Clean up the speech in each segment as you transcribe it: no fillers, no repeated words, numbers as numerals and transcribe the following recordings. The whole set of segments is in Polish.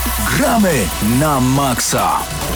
Gramy na maksa!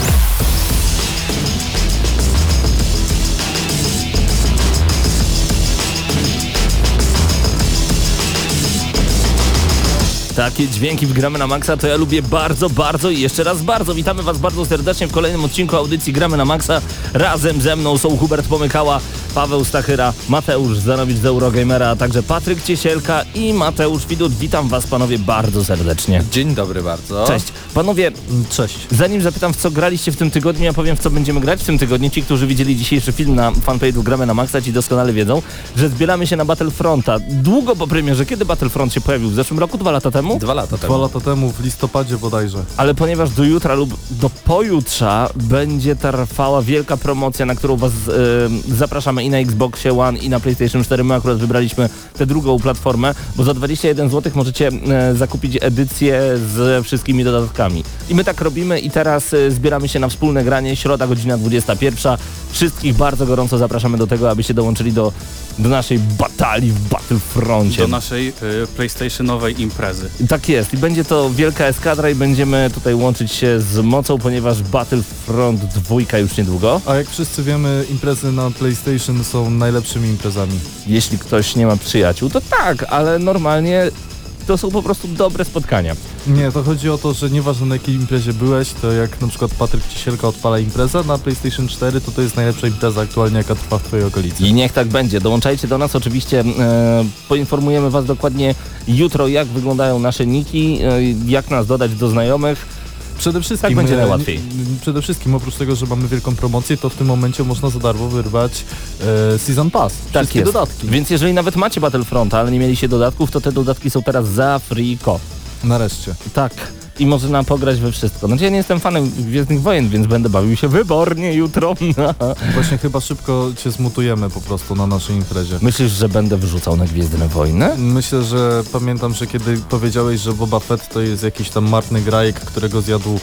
Takie dźwięki w Gramy na Maxa to ja lubię bardzo, bardzo i jeszcze raz bardzo. Witamy Was bardzo serdecznie w kolejnym odcinku audycji Gramy na Maxa. Razem ze mną są Hubert Pomykała, Paweł Stachyra, Mateusz Zanowicz z Eurogamera, a także Patryk Ciesielka i Mateusz Widut. Witam Was, panowie, bardzo serdecznie. Dzień dobry bardzo. Cześć. Panowie, cześć. Zanim zapytam, w co graliście w tym tygodniu, ja powiem, w co będziemy grać w tym tygodniu. Ci, którzy widzieli dzisiejszy film na fanpage'u Gramy na Maxa, ci doskonale wiedzą, że zbieramy się na Battlefronta. Długo po premierze. Kiedy Battlefront się pojawił? W zeszłym roku? 2 lata temu? 2 lata temu. 2 lata temu, w listopadzie bodajże. Ale ponieważ do jutra lub do pojutrza będzie trwała wielka promocja, na którą Was zapraszamy i na Xboxie One, i na PlayStation 4. My akurat wybraliśmy tę drugą platformę, bo za 21 zł możecie zakupić edycję z wszystkimi dodatkami. I my tak robimy i teraz zbieramy się na wspólne granie. Środa, godzina 21. Wszystkich bardzo gorąco zapraszamy do tego, abyście dołączyli do naszej batalii w Battlefroncie. Do naszej PlayStationowej imprezy. Tak jest i będzie to wielka eskadra i będziemy tutaj łączyć się z mocą, ponieważ Battlefront 2 już niedługo. A jak wszyscy wiemy, imprezy na PlayStation są najlepszymi imprezami. Jeśli ktoś nie ma przyjaciół, to tak, ale normalnie to są po prostu dobre spotkania. Nie, to chodzi o to, że nieważne na jakiej imprezie byłeś, to jak na przykład Patryk Ciesielka odpala imprezę na PlayStation 4, to jest najlepsza impreza aktualnie, jaka trwa w twojej okolicy. I niech tak będzie. Dołączajcie do nas oczywiście. Poinformujemy Was dokładnie jutro, jak wyglądają nasze niki, jak nas dodać do znajomych. Przede wszystkim, tak będzie najłatwiej. Przede wszystkim, oprócz tego, że mamy wielką promocję, to w tym momencie można za darmo wyrwać Season Pass. Wszystkie dodatki. Więc jeżeli nawet macie Battlefronta, ale nie mieliście dodatków, to te dodatki są teraz za free-ko. Nareszcie. Tak. I można pograć we wszystko. Znaczy ja nie jestem fanem Gwiezdnych Wojen, więc będę bawił się wybornie jutro. Właśnie chyba szybko cię zmutujemy po prostu na naszej imprezie. Myślisz, że będę wrzucał na Gwiezdne Wojny? Myślę, że pamiętam, że kiedy powiedziałeś, że Boba Fett to jest jakiś tam marny grajek, którego zjadł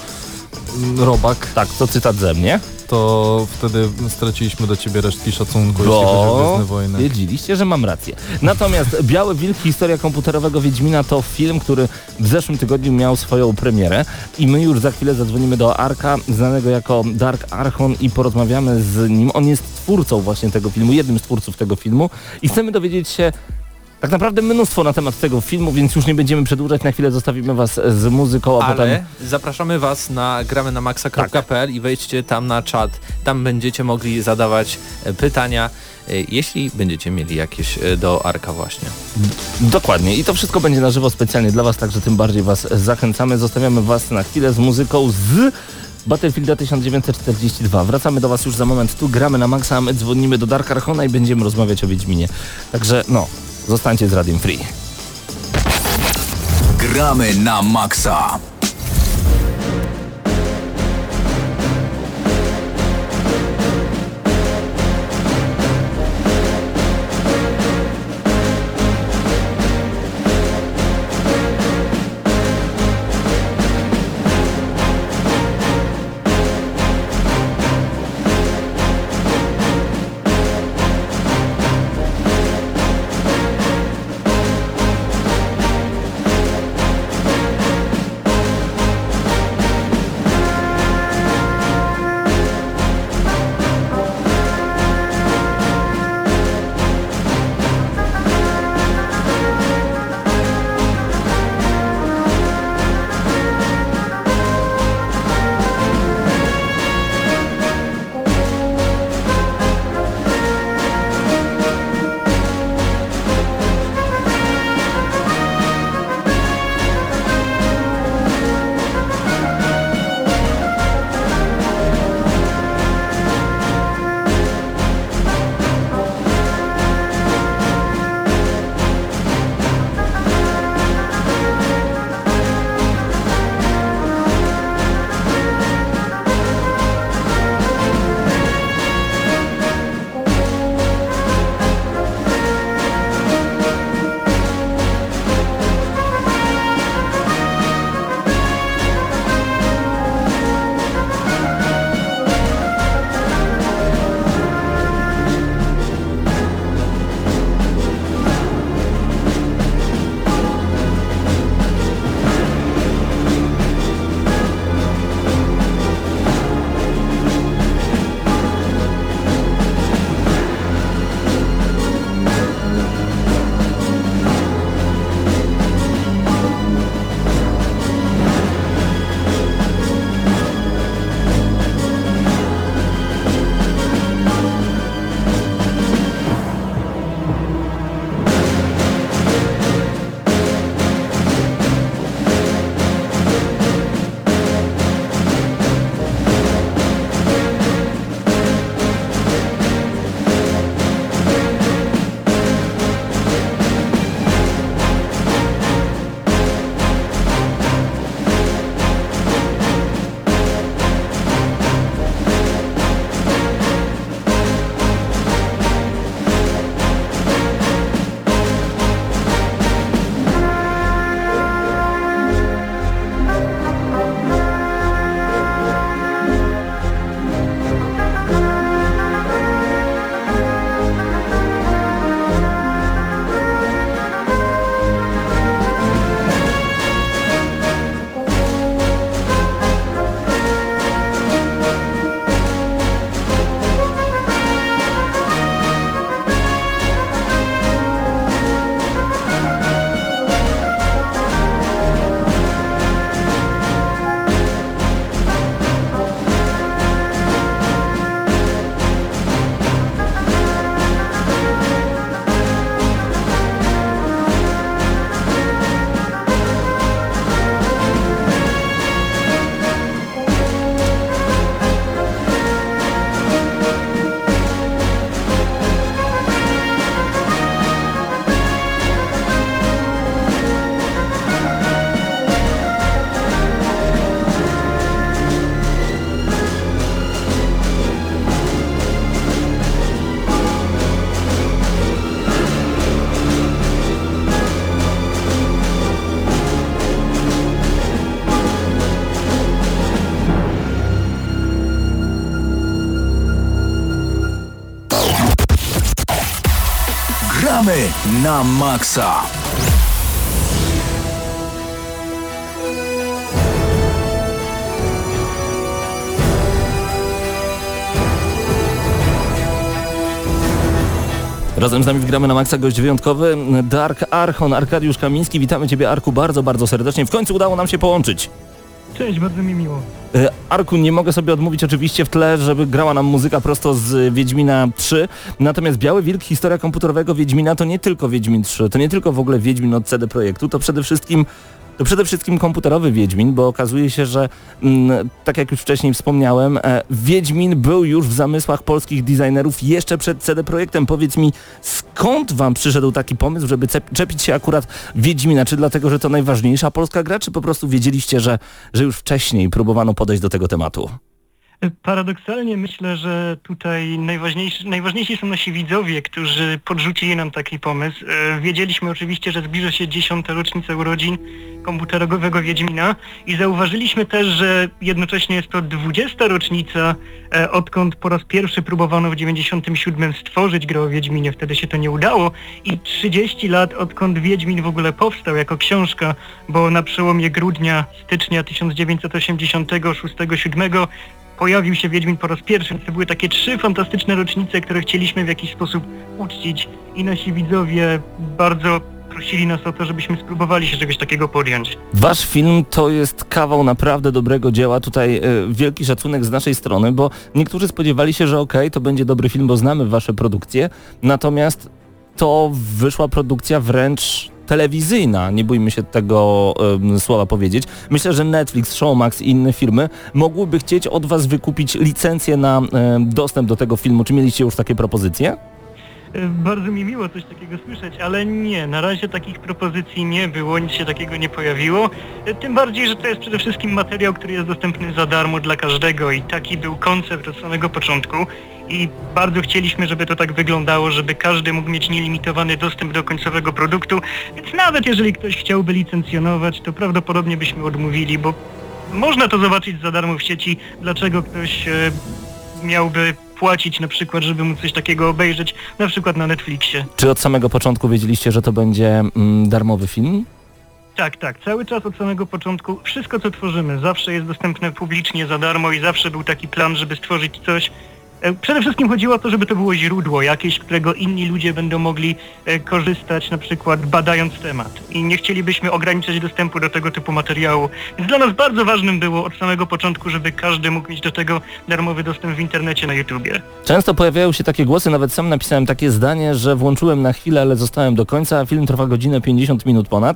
robak. Tak, to cytat ze mnie. To wtedy straciliśmy do ciebie resztki szacunku, jeśli chodzi o Gwiezdne Wojny. Wiedzieliście, że mam rację. Natomiast Biały Wilk, historia komputerowego Wiedźmina to film, który w zeszłym tygodniu miał swoją premierę i my już za chwilę zadzwonimy do Arka, znanego jako Dark Archon, i porozmawiamy z nim. On jest twórcą właśnie tego filmu, jednym z twórców tego filmu i chcemy dowiedzieć się tak naprawdę mnóstwo na temat tego filmu, więc już nie będziemy przedłużać. Na chwilę zostawimy Was z muzyką, a potem... zapraszamy Was na gramynamaxa.pl i wejdźcie tam na czat. Tam będziecie mogli zadawać pytania, jeśli będziecie mieli jakieś do Arka właśnie. Dokładnie. I to wszystko będzie na żywo specjalnie dla Was, także tym bardziej Was zachęcamy. Zostawiamy Was na chwilę z muzyką z Battlefielda 1942. Wracamy do Was już za moment. Tu Gramy na Maxa, a my dzwonimy do Dark Archona i będziemy rozmawiać o Wiedźminie. Także zostańcie z Radiem Free. Gramy na maksa. Gramy na maksa. Razem z nami Gramy na maksa gość wyjątkowy Dark Archon, Arkadiusz Kamiński. Witamy Ciebie, Arku, bardzo, bardzo serdecznie. W końcu udało nam się połączyć. Cześć, bardzo mi miło. Arku, nie mogę sobie odmówić oczywiście w tle, żeby grała nam muzyka prosto z Wiedźmina 3, natomiast Biały Wilk, historia komputerowego Wiedźmina to nie tylko Wiedźmin 3, to nie tylko w ogóle Wiedźmin od CD Projektu, to przede wszystkim komputerowy Wiedźmin, bo okazuje się, że tak jak już wcześniej wspomniałem, Wiedźmin był już w zamysłach polskich designerów jeszcze przed CD Projektem. Powiedz mi, skąd wam przyszedł taki pomysł, żeby czepić się akurat Wiedźmina? Czy dlatego, że to najważniejsza polska gra, czy po prostu wiedzieliście, że już wcześniej próbowano podejść do tego tematu? Paradoksalnie myślę, że tutaj najważniejsi są nasi widzowie, którzy podrzucili nam taki pomysł. Wiedzieliśmy oczywiście, że zbliża się 10. rocznica urodzin komputerowego Wiedźmina i zauważyliśmy też, że jednocześnie jest to 20. rocznica, odkąd po raz pierwszy próbowano w 97 stworzyć grę o Wiedźminie, wtedy się to nie udało, i 30 lat odkąd Wiedźmin w ogóle powstał jako książka, bo na przełomie grudnia, stycznia 1986-7 pojawił się Wiedźmin po raz pierwszy. To były takie 3 fantastyczne rocznice, które chcieliśmy w jakiś sposób uczcić i nasi widzowie bardzo prosili nas o to, żebyśmy spróbowali się czegoś takiego podjąć. Wasz film to jest kawał naprawdę dobrego dzieła, tutaj wielki szacunek z naszej strony, bo niektórzy spodziewali się, że to będzie dobry film, bo znamy wasze produkcje, natomiast to wyszła produkcja wręcz telewizyjna, nie bójmy się tego słowa powiedzieć. Myślę, że Netflix, Showmax i inne firmy mogłyby chcieć od was wykupić licencję na dostęp do tego filmu. Czy mieliście już takie propozycje? Bardzo mi miło coś takiego słyszeć, ale nie, na razie takich propozycji nie było, nic się takiego nie pojawiło. Tym bardziej, że to jest przede wszystkim materiał, który jest dostępny za darmo dla każdego i taki był koncept od samego początku. I bardzo chcieliśmy, żeby to tak wyglądało, żeby każdy mógł mieć nielimitowany dostęp do końcowego produktu, więc nawet jeżeli ktoś chciałby licencjonować, to prawdopodobnie byśmy odmówili, bo można to zobaczyć za darmo w sieci, dlaczego ktoś miałby płacić na przykład, żeby móc coś takiego obejrzeć, na przykład na Netflixie. Czy od samego początku wiedzieliście, że to będzie darmowy film? Tak, cały czas od samego początku wszystko co tworzymy zawsze jest dostępne publicznie za darmo i zawsze był taki plan, żeby stworzyć coś. Przede wszystkim chodziło o to, żeby to było źródło jakieś, z którego inni ludzie będą mogli korzystać, na przykład badając temat. I nie chcielibyśmy ograniczać dostępu do tego typu materiału. Więc dla nas bardzo ważnym było od samego początku, żeby każdy mógł mieć do tego darmowy dostęp w internecie na YouTubie. Często pojawiają się takie głosy, nawet sam napisałem takie zdanie, że włączyłem na chwilę, ale zostałem do końca, a film trwa godzinę 50 minut ponad.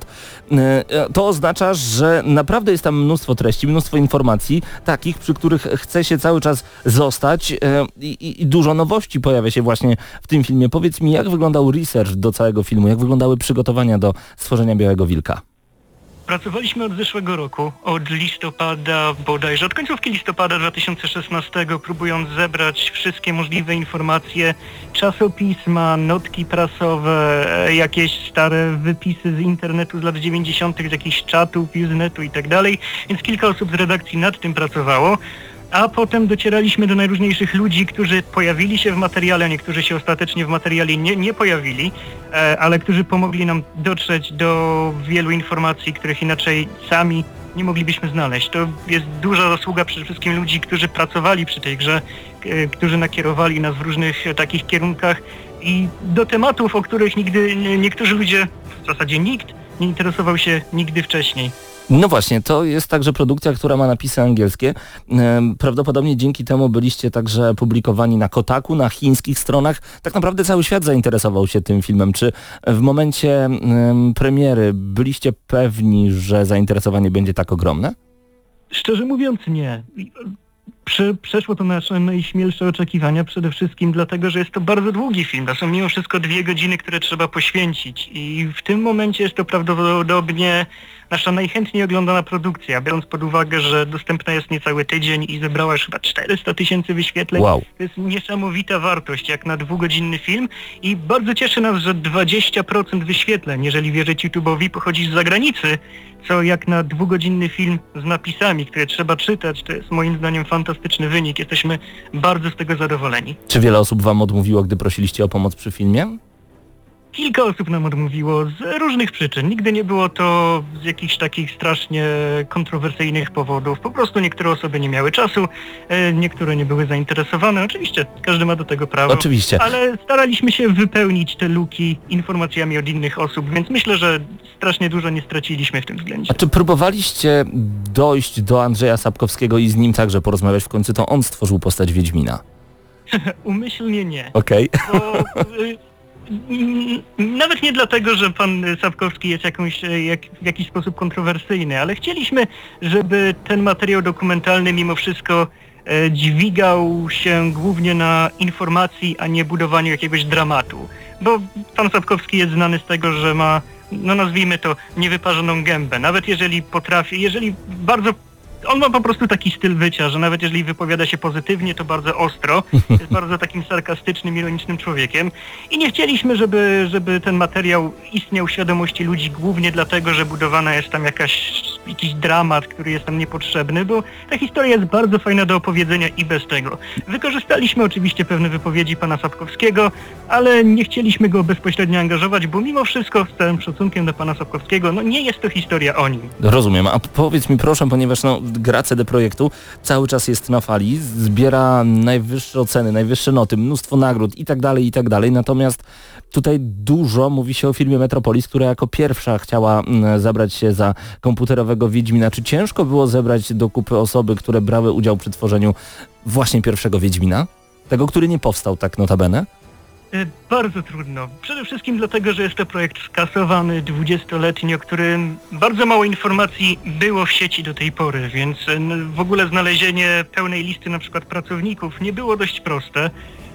To oznacza, że naprawdę jest tam mnóstwo treści, mnóstwo informacji, takich, przy których chce się cały czas zostać. I dużo nowości pojawia się właśnie w tym filmie. Powiedz mi, jak wyglądał research do całego filmu, jak wyglądały przygotowania do stworzenia Białego Wilka? Pracowaliśmy od zeszłego roku, od listopada bodajże, od końcówki listopada 2016, próbując zebrać wszystkie możliwe informacje, czasopisma, notki prasowe, jakieś stare wypisy z internetu z lat 90., z jakichś czatów, Usenetu i tak dalej, więc kilka osób z redakcji nad tym pracowało. A potem docieraliśmy do najróżniejszych ludzi, którzy pojawili się w materiale, niektórzy się ostatecznie w materiale nie pojawili, ale którzy pomogli nam dotrzeć do wielu informacji, których inaczej sami nie moglibyśmy znaleźć. To jest duża zasługa przede wszystkim ludzi, którzy pracowali przy tej grze, którzy nakierowali nas w różnych takich kierunkach i do tematów, o których niektórzy ludzie, w zasadzie nikt, nie interesował się nigdy wcześniej. No właśnie, to jest także produkcja, która ma napisy angielskie. Prawdopodobnie dzięki temu byliście także publikowani na Kotaku, na chińskich stronach. Tak naprawdę cały świat zainteresował się tym filmem. Czy w momencie premiery byliście pewni, że zainteresowanie będzie tak ogromne? Szczerze mówiąc nie. Przeszło to nasze najśmielsze oczekiwania, przede wszystkim dlatego, że jest to bardzo długi film. To są mimo wszystko 2 godziny, które trzeba poświęcić i w tym momencie jest to prawdopodobnie nasza najchętniej oglądana produkcja, biorąc pod uwagę, że dostępna jest niecały tydzień i zebrała już chyba 400 000 wyświetleń. Wow. To jest niesamowita wartość, jak na 2-godzinny film i bardzo cieszy nas, że 20% wyświetleń, jeżeli wierzyć YouTube'owi, pochodzi z zagranicy, co jak na 2-godzinny film z napisami, które trzeba czytać, to jest moim zdaniem fantastyczny wynik. Jesteśmy bardzo z tego zadowoleni. Czy wiele osób wam odmówiło, gdy prosiliście o pomoc przy filmie? Kilka osób nam odmówiło z różnych przyczyn. Nigdy nie było to z jakichś takich strasznie kontrowersyjnych powodów. Po prostu niektóre osoby nie miały czasu, niektóre nie były zainteresowane. Oczywiście, każdy ma do tego prawo. Oczywiście. Ale staraliśmy się wypełnić te luki informacjami od innych osób, więc myślę, że strasznie dużo nie straciliśmy w tym względzie. A czy próbowaliście dojść do Andrzeja Sapkowskiego i z nim także porozmawiać? W końcu to on stworzył postać Wiedźmina. Umyślnie nie. Okej. Bo, nawet nie dlatego, że pan Sapkowski jest w jakiś sposób kontrowersyjny, ale chcieliśmy, żeby ten materiał dokumentalny mimo wszystko dźwigał się głównie na informacji, a nie budowaniu jakiegoś dramatu. Bo pan Sapkowski jest znany z tego, że ma, no nazwijmy to, niewyparzoną gębę. Nawet jeżeli on ma po prostu taki styl bycia, że nawet jeżeli wypowiada się pozytywnie, to bardzo ostro, jest bardzo takim sarkastycznym, ironicznym człowiekiem i nie chcieliśmy, żeby ten materiał istniał w świadomości ludzi głównie dlatego, że budowana jest tam jakiś dramat, który jest tam niepotrzebny, bo ta historia jest bardzo fajna do opowiedzenia i bez tego. Wykorzystaliśmy oczywiście pewne wypowiedzi pana Sapkowskiego, ale nie chcieliśmy go bezpośrednio angażować, bo mimo wszystko z całym szacunkiem do pana Sapkowskiego, no nie jest to historia o nim. Rozumiem. A powiedz mi proszę, ponieważ gra CD Projektu cały czas jest na fali, zbiera najwyższe oceny, najwyższe noty, mnóstwo nagród i tak dalej, natomiast tutaj dużo mówi się o filmie Metropolis, która jako pierwsza chciała zabrać się za komputerowego Wiedźmina. Czy ciężko było zebrać do kupy osoby, które brały udział przy tworzeniu właśnie pierwszego Wiedźmina? Tego, który nie powstał tak notabene? Bardzo trudno. Przede wszystkim dlatego, że jest to projekt skasowany, 20-letni, o którym bardzo mało informacji było w sieci do tej pory, więc w ogóle znalezienie pełnej listy na przykład pracowników nie było dość proste.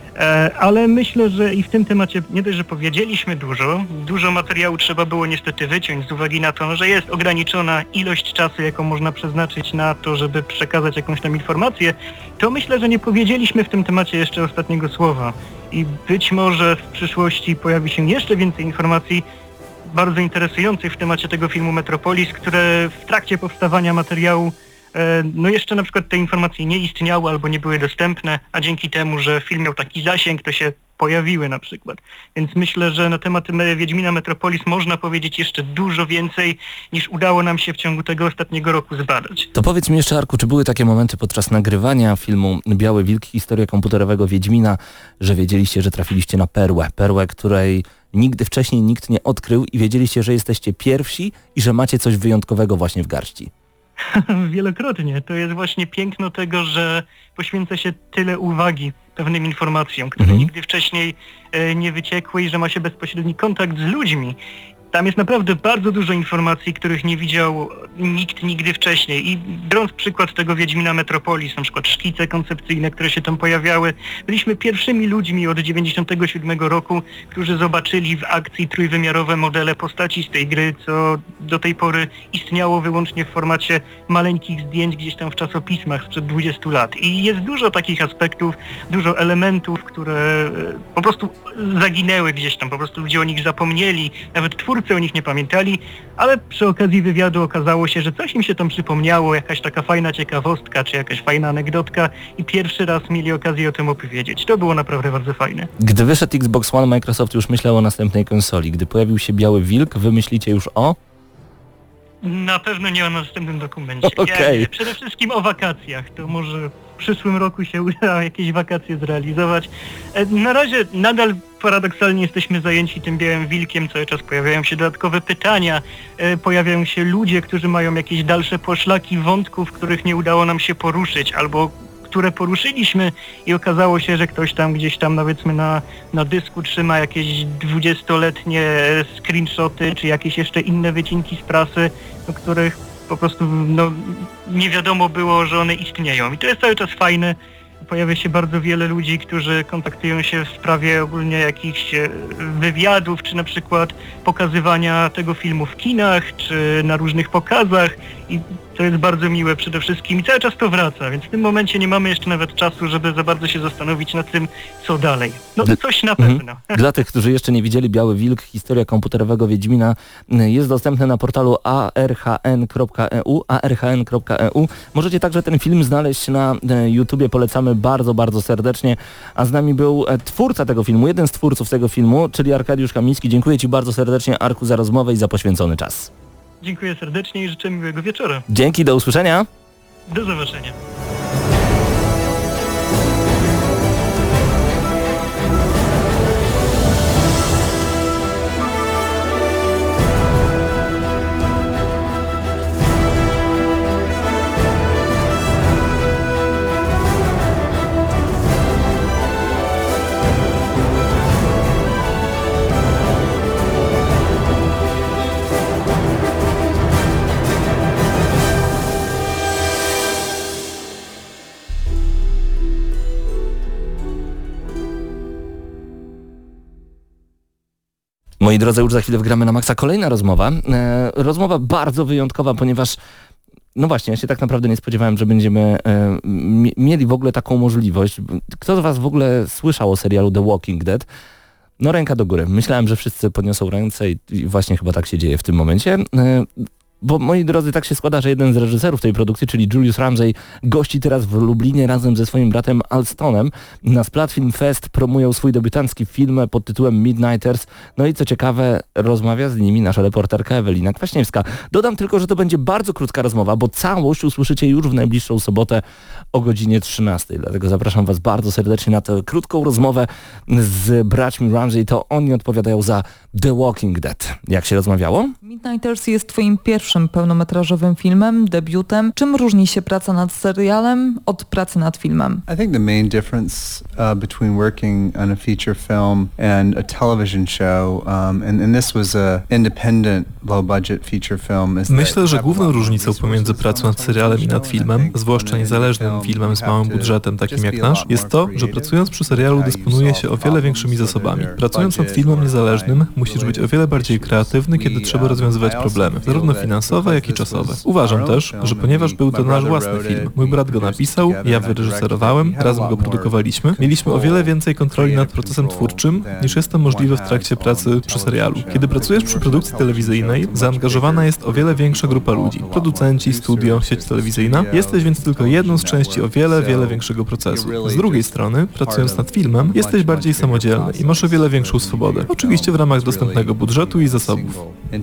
Ale myślę, że i w tym temacie nie dość, że powiedzieliśmy dużo materiału trzeba było niestety wyciąć z uwagi na to, że jest ograniczona ilość czasu, jaką można przeznaczyć na to, żeby przekazać jakąś tam informację, to myślę, że nie powiedzieliśmy w tym temacie jeszcze ostatniego słowa i być może w przyszłości pojawi się jeszcze więcej informacji bardzo interesujących w temacie tego filmu Metropolis, które w trakcie powstawania materiału no jeszcze na przykład te informacje nie istniały albo nie były dostępne, a dzięki temu, że film miał taki zasięg, to się pojawiły na przykład. Więc myślę, że na temat Wiedźmina Metropolis można powiedzieć jeszcze dużo więcej, niż udało nam się w ciągu tego ostatniego roku zbadać. To powiedz mi jeszcze, Arku, czy były takie momenty podczas nagrywania filmu Biały Wilk, historia komputerowego Wiedźmina, że wiedzieliście, że trafiliście na perłę, której nigdy wcześniej nikt nie odkrył i wiedzieliście, że jesteście pierwsi i że macie coś wyjątkowego właśnie w garści? Wielokrotnie. To jest właśnie piękno tego, że poświęca się tyle uwagi pewnym informacjom, które nigdy wcześniej nie wyciekły i że ma się bezpośredni kontakt z ludźmi. Tam jest naprawdę bardzo dużo informacji, których nie widział nikt nigdy wcześniej. I biorąc przykład tego Wiedźmina Metropolis, na przykład szkice koncepcyjne, które się tam pojawiały, byliśmy pierwszymi ludźmi od 1997 roku, którzy zobaczyli w akcji trójwymiarowe modele postaci z tej gry, co do tej pory istniało wyłącznie w formacie maleńkich zdjęć gdzieś tam w czasopismach sprzed 20 lat. I jest dużo takich aspektów, dużo elementów, które po prostu zaginęły gdzieś tam, po prostu ludzie o nich zapomnieli, nawet twórcy o nich nie pamiętali, ale przy okazji wywiadu okazało się, że coś im się tam przypomniało, jakaś taka fajna ciekawostka, czy jakaś fajna anegdotka i pierwszy raz mieli okazję o tym opowiedzieć. To było naprawdę bardzo fajne. Gdy wyszedł Xbox One, Microsoft już myślał o następnej konsoli. Gdy pojawił się Biały Wilk, wy myślicie już o? Na pewno nie o następnym dokumencie. Okay. Nie, przede wszystkim o wakacjach. To może w przyszłym roku się uda jakieś wakacje zrealizować. Na razie nadal paradoksalnie jesteśmy zajęci tym Białym Wilkiem, cały czas pojawiają się dodatkowe pytania, pojawiają się ludzie, którzy mają jakieś dalsze poszlaki wątków, których nie udało nam się poruszyć, albo które poruszyliśmy i okazało się, że ktoś tam gdzieś tam powiedzmy na dysku trzyma jakieś 20-letnie screenshoty, czy jakieś jeszcze inne wycinki z prasy, do których po prostu nie wiadomo było, że one istnieją. I to jest cały czas fajne. Pojawia się bardzo wiele ludzi, którzy kontaktują się w sprawie ogólnie jakichś wywiadów, czy na przykład pokazywania tego filmu w kinach, czy na różnych pokazach i to jest bardzo miłe przede wszystkim i cały czas to wraca, więc w tym momencie nie mamy jeszcze nawet czasu, żeby za bardzo się zastanowić nad tym, co dalej. No coś na pewno. Dla tych, którzy jeszcze nie widzieli, Biały Wilk, historia komputerowego Wiedźmina jest dostępny na portalu arhn.eu. Możecie także ten film znaleźć na YouTubie, polecamy bardzo, bardzo serdecznie, a z nami był twórca tego filmu, jeden z twórców tego filmu, czyli Arkadiusz Kamiński. Dziękuję Ci bardzo serdecznie, Arku, za rozmowę i za poświęcony czas. Dziękuję serdecznie i życzę miłego wieczora. Dzięki, do usłyszenia. Do zobaczenia. Moi drodzy, już za chwilę wgramy na maksa kolejna rozmowa. Rozmowa bardzo wyjątkowa, ponieważ no właśnie, ja się tak naprawdę nie spodziewałem, że będziemy mieli w ogóle taką możliwość. Kto z Was w ogóle słyszał o serialu The Walking Dead? No ręka do góry. Myślałem, że wszyscy podniosą ręce i właśnie chyba tak się dzieje w tym momencie. Bo moi drodzy, tak się składa, że jeden z reżyserów tej produkcji, czyli Julius Ramsey, gości teraz w Lublinie razem ze swoim bratem Alstonem. Na Splat Film Fest promują swój debiutancki film pod tytułem Midnighters. No i co ciekawe, rozmawia z nimi nasza reporterka Ewelina Kwaśniewska. Dodam tylko, że to będzie bardzo krótka rozmowa, bo całość usłyszycie już w najbliższą sobotę o godzinie 13. Dlatego zapraszam Was bardzo serdecznie na tę krótką rozmowę z braćmi Ramsey. To oni odpowiadają za The Walking Dead. Jak się rozmawiało? Midnighters jest Twoim pierwszym pełnometrażowym filmem, debiutem. Czym różni się praca nad serialem od pracy nad filmem? I think the main difference between working on a feature film and a television show, and this was a independent, low-budget feature film. Myślę, że główną różnicą pomiędzy pracą nad serialem i nad filmem, zwłaszcza niezależnym filmem z małym budżetem takim jak nasz, jest to, że pracując przy serialu dysponuje się o wiele większymi zasobami. Pracując nad filmem niezależnym musisz być o wiele bardziej kreatywny, kiedy trzeba rozwiązywać problemy, zarówno finansowe, jak i czasowe. Uważam też, że ponieważ był to nasz własny film, mój brat go napisał, ja wyreżyserowałem, razem go produkowaliśmy, mieliśmy o wiele więcej kontroli nad procesem twórczym, niż jest to możliwe w trakcie pracy przy serialu. Kiedy pracujesz przy produkcji telewizyjnej, zaangażowana jest o wiele większa grupa ludzi. Producenci, studio, sieć telewizyjna. Jesteś więc tylko jedną z części o wiele, wiele większego procesu. Z drugiej strony, pracując nad filmem, jesteś bardziej samodzielny i masz o wiele większą swobodę. Oczywiście w ramach dostępnego budżetu i zasobów.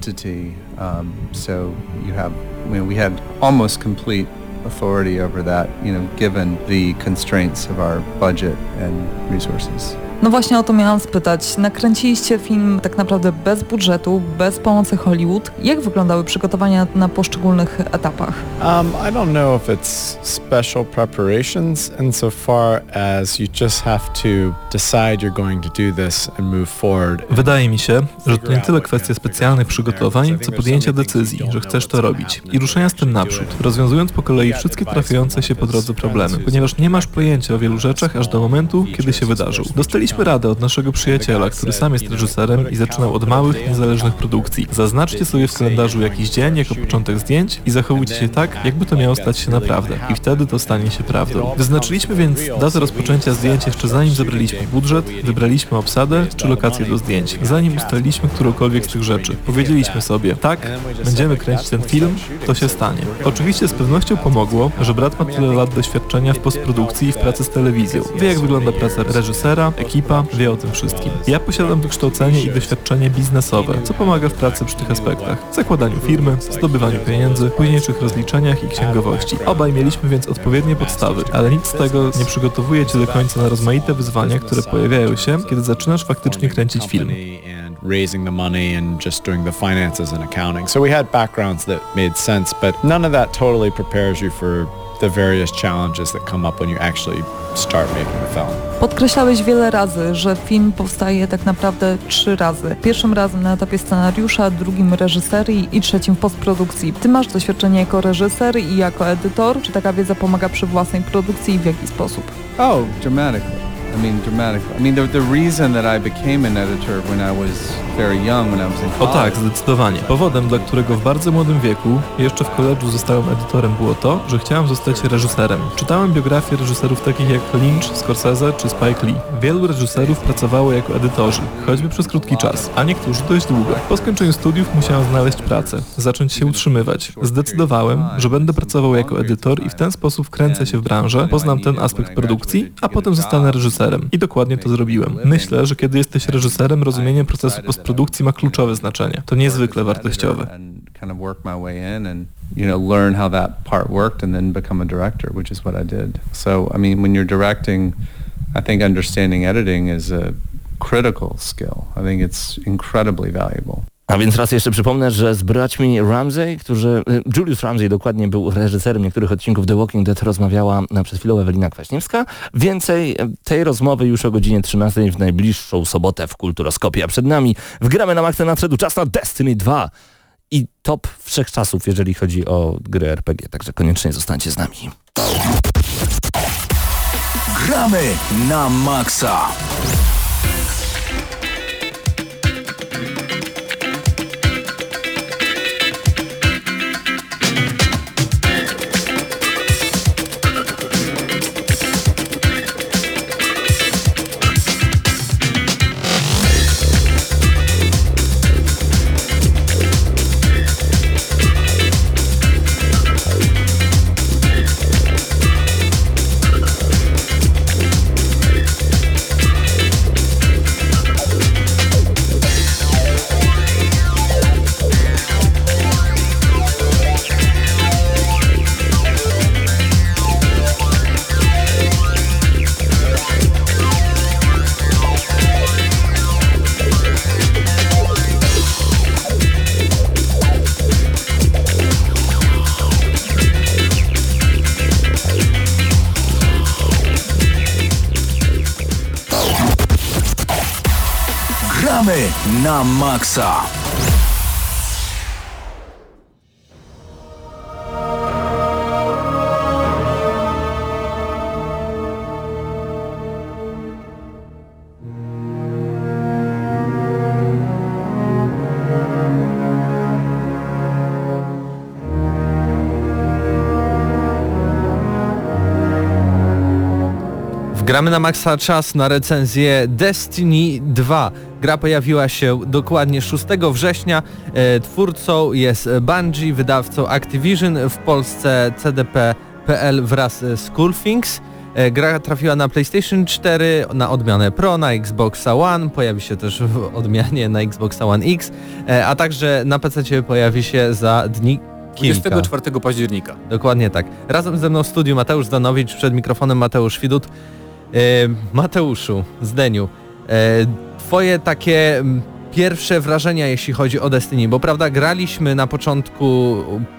We had almost complete authority over that, given the constraints of our budget and resources. No właśnie o to miałam spytać. Nakręciliście film tak naprawdę bez budżetu, bez pomocy Hollywood. Jak wyglądały przygotowania na poszczególnych etapach? I don't know if it's special preparations insofar as you just have to decide you're going to do this and move forward. Wydaje mi się, że to nie tyle kwestia specjalnych przygotowań, co podjęcia decyzji, że chcesz to robić i ruszenia z tym naprzód, rozwiązując po kolei wszystkie trafiające się po drodze problemy, ponieważ nie masz pojęcia o wielu rzeczach aż do momentu, kiedy się wydarzą. Dostaliśmy radę od naszego przyjaciela, który sam jest reżyserem i zaczynał od małych, niezależnych produkcji. Zaznaczcie sobie w kalendarzu jakiś dzień jako początek zdjęć i zachowujcie się tak, jakby to miało stać się naprawdę. I wtedy to stanie się prawdą. Wyznaczyliśmy więc datę rozpoczęcia zdjęć jeszcze zanim zebraliśmy budżet, wybraliśmy obsadę czy lokację do zdjęć. Zanim ustaliliśmy którąkolwiek z tych rzeczy. Powiedzieliśmy sobie, tak, będziemy kręcić ten film, to się stanie. Oczywiście z pewnością pomogło, że brat ma tyle lat doświadczenia w postprodukcji i w pracy z telewizją. Wie, jak wygląda praca reżysera, ekipa, wie o tym wszystkim. Ja posiadam wykształcenie i doświadczenie biznesowe, co pomaga w pracy przy tych aspektach. Zakładaniu firmy, zdobywaniu pieniędzy, późniejszych rozliczeniach i księgowości. Obaj mieliśmy więc odpowiednie podstawy, ale nic z tego nie przygotowuje cię do końca na rozmaite wyzwania, które pojawiają się, kiedy zaczynasz faktycznie kręcić film. Raising the money and just doing the finances and accounting. So we had backgrounds that made sense, but none of that totally prepares you for the various challenges that come up when you actually start making the film. Podkreślałeś wiele razy, że film powstaje tak naprawdę 3 razy. Pierwszym razem na etapie scenariusza, drugim reżyserii i trzecim w postprodukcji. Ty masz doświadczenie jako reżyser i jako edytor. Czy taka wiedza pomaga przy własnej produkcji i w jaki sposób? Oh, dramatically. I mean, dramatically. I mean, the reason that I became an editor when I was very young, when I was in O college. tak, zdecydowanie. Powodem, dla którego w bardzo młodym wieku, jeszcze w koledżu zostałem edytorem, było to, że chciałem zostać reżyserem. Czytałem biografie reżyserów takich jak Lynch, Scorsese czy Spike Lee. Wielu reżyserów pracowało jako edytorzy, choćby przez krótki czas, a niektórzy dość długo. Po skończeniu studiów musiałem znaleźć pracę, zacząć się utrzymywać. Zdecydowałem, że będę pracował jako edytor i w ten sposób wkręcę się w branżę, poznam ten aspekt produkcji, a potem zostanę reżyserem. I dokładnie to zrobiłem. Myślę, że kiedy jesteś reżyserem, rozumienie procesu postprodukcji ma kluczowe znaczenie. To niezwykle wartościowe. Kind of work my way in and, learn how that part worked and then become a director, which is what I did. So, I mean, when you're directing, I think understanding editing is a critical skill. I think it's incredibly valuable. A więc raz jeszcze przypomnę, że z braćmi Ramsey, Julius Ramsey dokładnie był reżyserem niektórych odcinków The Walking Dead, rozmawiała przed chwilą Ewelina Kwaśniewska. Więcej tej rozmowy już o godzinie 13 w najbliższą sobotę w Kulturoskopie. A przed nami wgramy na maksa nadszedł czas na Destiny 2 i top wszechczasów, jeżeli chodzi o gry RPG. Także koniecznie zostańcie z nami. Gramy na maksa. Gramy na maksa. Gramy na maksa, czas na recenzję Destiny 2. Gra pojawiła się dokładnie 6 września. Twórcą jest Bungie, wydawcą Activision, w Polsce CDP.pl wraz z Skullfinks. Gra trafiła na PlayStation 4, na odmianę Pro, na Xboxa One, pojawi się też w odmianie na Xboxa One X, a także na PC pojawi się za dni kilka. 24 października. Dokładnie tak. Razem ze mną w studiu Mateusz Zdanowicz, przed mikrofonem Mateusz Widut. Mateuszu, Zdeniu, twoje takie pierwsze wrażenia, jeśli chodzi o Destiny, bo prawda, graliśmy na początku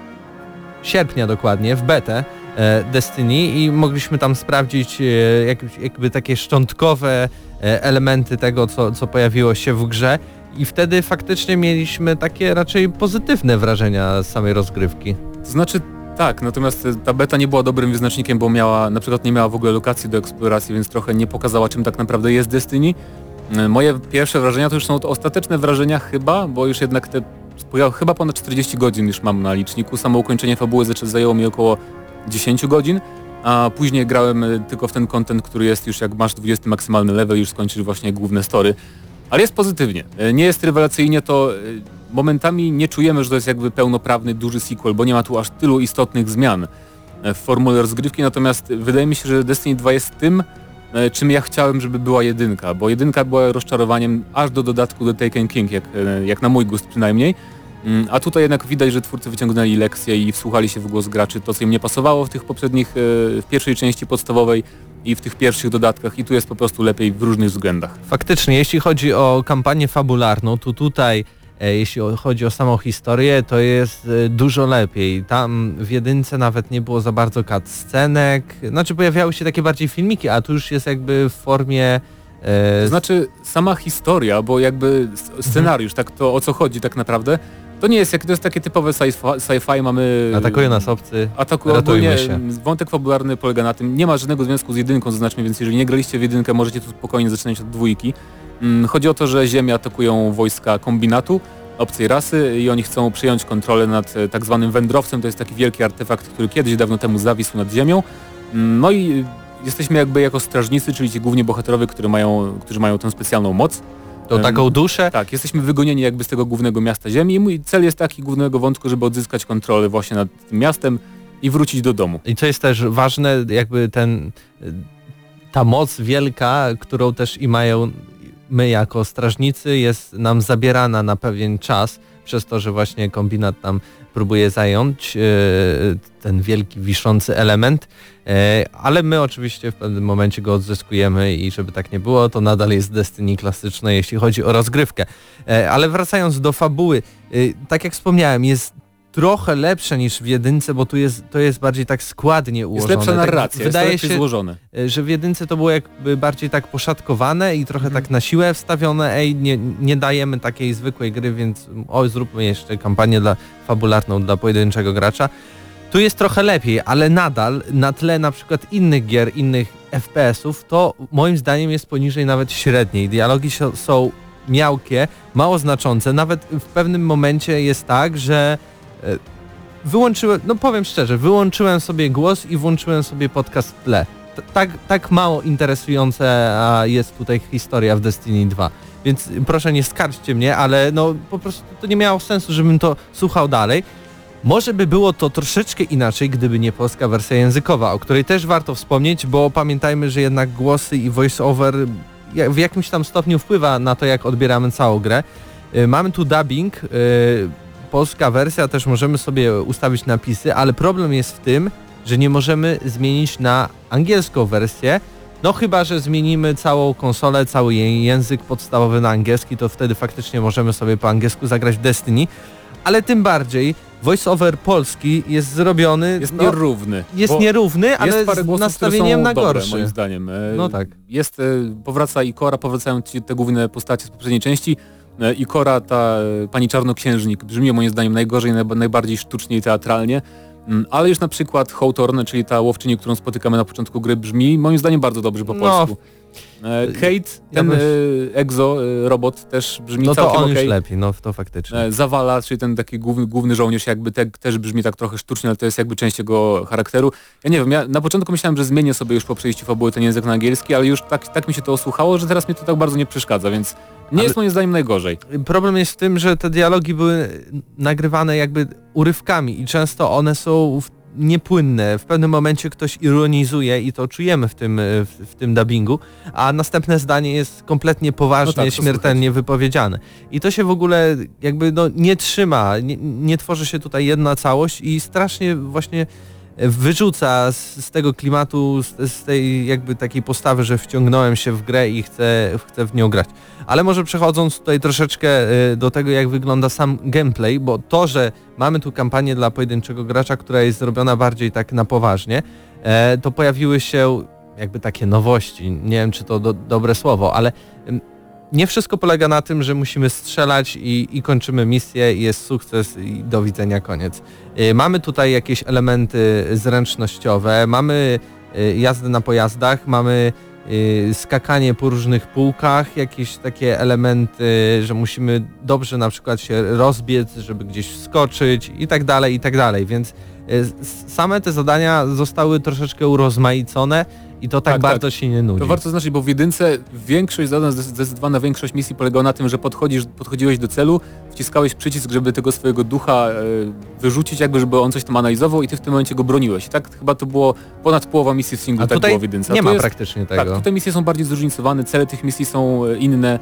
sierpnia dokładnie w betę Destiny i mogliśmy tam sprawdzić jakby takie szczątkowe elementy tego, co pojawiło się w grze i wtedy faktycznie mieliśmy takie raczej pozytywne wrażenia z samej rozgrywki. To znaczy tak, natomiast ta beta nie była dobrym wyznacznikiem, bo na przykład nie miała w ogóle lokacji do eksploracji, więc trochę nie pokazała, czym tak naprawdę jest Destiny. Moje pierwsze wrażenia to już są ostateczne wrażenia chyba, bo już jednak chyba ponad 40 godzin już mam na liczniku. Samo ukończenie fabuły zajęło mi około 10 godzin, a później grałem tylko w ten content, który jest już jak masz 20 maksymalny level i już skończysz właśnie główne story. Ale jest pozytywnie. Nie jest rewelacyjnie, to momentami nie czujemy, że to jest jakby pełnoprawny, duży sequel, bo nie ma tu aż tylu istotnych zmian w formule rozgrywki, natomiast wydaje mi się, że Destiny 2 jest tym, czym ja chciałem, żeby była jedynka, bo jedynka była rozczarowaniem aż do dodatku The Taken King, jak na mój gust przynajmniej, a tutaj jednak widać, że twórcy wyciągnęli lekcje i wsłuchali się w głos graczy, to co im nie pasowało w tych poprzednich, w pierwszej części podstawowej i w tych pierwszych dodatkach i tu jest po prostu lepiej w różnych względach. Faktycznie, jeśli chodzi o kampanię fabularną, to tutaj jeśli chodzi o samą historię, to jest dużo lepiej. Tam w jedynce nawet nie było za bardzo cutscenek, znaczy pojawiały się takie bardziej filmiki, a tu już jest jakby w formie... To znaczy sama historia, bo jakby scenariusz, tak to o co chodzi tak naprawdę, To nie jest, to jest takie typowe sci-fi, mamy... Atakują nas obcy, ratujmy się. Wątek fabularny polega na tym, nie ma żadnego związku z jedynką, zaznaczmy, więc jeżeli nie graliście w jedynkę, możecie tu spokojnie zaczynać od 2. Chodzi o to, że Ziemię atakują wojska kombinatu, obcej rasy i oni chcą przejąć kontrolę nad tak zwanym wędrowcem, to jest taki wielki artefakt, który kiedyś dawno temu zawisł nad Ziemią. No i jesteśmy jakby jako strażnicy, czyli ci główni bohaterowie, którzy mają tę specjalną moc. Tą taką duszę? Tak, jesteśmy wygonieni jakby z tego głównego miasta Ziemi i mój cel jest taki głównego wątku, żeby odzyskać kontrolę właśnie nad tym miastem i wrócić do domu. I co jest też ważne, jakby ta moc wielka, którą też i mają my jako strażnicy, jest nam zabierana na pewien czas przez to, że właśnie kombinat nam próbuje zająć ten wielki wiszący element, ale my oczywiście w pewnym momencie go odzyskujemy i żeby tak nie było, to nadal jest Destiny klasyczne, jeśli chodzi o rozgrywkę. Ale wracając do fabuły, tak jak wspomniałem, jest trochę lepsze niż w jedynce, bo to jest bardziej tak składnie ułożone. Jest lepsza narracja, tak, wydaje jest to lepiej złożone. Że w jedynce to było jakby bardziej tak poszatkowane i trochę tak na siłę wstawione, nie dajemy takiej zwykłej gry, więc zróbmy jeszcze kampanię fabularną dla pojedynczego gracza. Tu jest trochę lepiej, ale nadal na tle na przykład innych gier, innych FPS-ów, to moim zdaniem jest poniżej nawet średniej. Dialogi są miałkie, mało znaczące, nawet w pewnym momencie jest tak, że powiem szczerze, wyłączyłem sobie głos i włączyłem sobie podcast w tle. Tak mało interesująca jest tutaj historia w Destiny 2. Więc proszę nie skarżcie mnie, ale no po prostu to nie miało sensu, żebym to słuchał dalej. Może by było to troszeczkę inaczej, gdyby nie polska wersja językowa, o której też warto wspomnieć, bo pamiętajmy, że jednak głosy i voice-over w jakimś tam stopniu wpływa na to, jak odbieramy całą grę. Mamy tu dubbing, polska wersja, też możemy sobie ustawić napisy, ale problem jest w tym, że nie możemy zmienić na angielską wersję, no chyba że zmienimy całą konsolę, cały jej język podstawowy na angielski, to wtedy faktycznie możemy sobie po angielsku zagrać w Destiny, ale tym bardziej voice-over polski jest zrobiony... Jest nierówny. Jest nierówny, ale parę głosów, z nastawieniem na dobre, gorszy. moim zdaniem. No tak. Powraca Ikora, powracają te główne postacie z poprzedniej części. Ikora, ta pani Czarnoksiężnik, brzmi moim zdaniem najgorzej, najbardziej sztucznie i teatralnie. Ale już na przykład Hawthorne, czyli ta łowczyni, którą spotykamy na początku gry, brzmi moim zdaniem bardzo dobrze po polsku. Kate, Exo, robot też brzmi całkiem okej. No to on już lepiej, no to faktycznie. Zawala, czyli ten taki główny żołnierz jakby też brzmi tak trochę sztucznie, ale to jest jakby część jego charakteru. Ja nie wiem, ja na początku myślałem, że zmienię sobie już po przejściu fabuły ten język na angielski, ale już tak mi się to osłuchało, że teraz mnie to tak bardzo nie przeszkadza, więc nie jest moim zdaniem najgorzej. Problem jest w tym, że te dialogi były nagrywane jakby urywkami i często one są niepłynne. W pewnym momencie ktoś ironizuje i to czujemy w tym dubbingu, a następne zdanie jest kompletnie poważnie, śmiertelnie wypowiedziane. I to się w ogóle jakby nie trzyma, nie tworzy się tutaj jedna całość i strasznie właśnie wyrzuca z tego klimatu, z tej jakby takiej postawy, że wciągnąłem się w grę i chcę w nią grać. Ale może przechodząc tutaj troszeczkę do tego, jak wygląda sam gameplay, bo to, że mamy tu kampanię dla pojedynczego gracza, która jest zrobiona bardziej tak na poważnie, to pojawiły się jakby takie nowości. Nie wiem, czy to dobre słowo, ale nie wszystko polega na tym, że musimy strzelać i kończymy misję i jest sukces i do widzenia, koniec. Mamy tutaj jakieś elementy zręcznościowe, mamy jazdę na pojazdach, mamy skakanie po różnych półkach, jakieś takie elementy, że musimy dobrze na przykład się rozbiec, żeby gdzieś wskoczyć i tak dalej, więc same te zadania zostały troszeczkę urozmaicone i to tak bardzo się nie nudzi. To warto zaznaczyć, bo w jedynce większość zadań, zdecydowana większość misji polegała na tym, że podchodziłeś do celu, wciskałeś przycisk, żeby tego swojego ducha wyrzucić, jakby żeby on coś tam analizował i ty w tym momencie go broniłeś. I tak chyba to było ponad połowa misji w singlu, tak było w jedynce. Nie ma praktycznie tego. Tak, tutaj misje są bardziej zróżnicowane, cele tych misji są inne.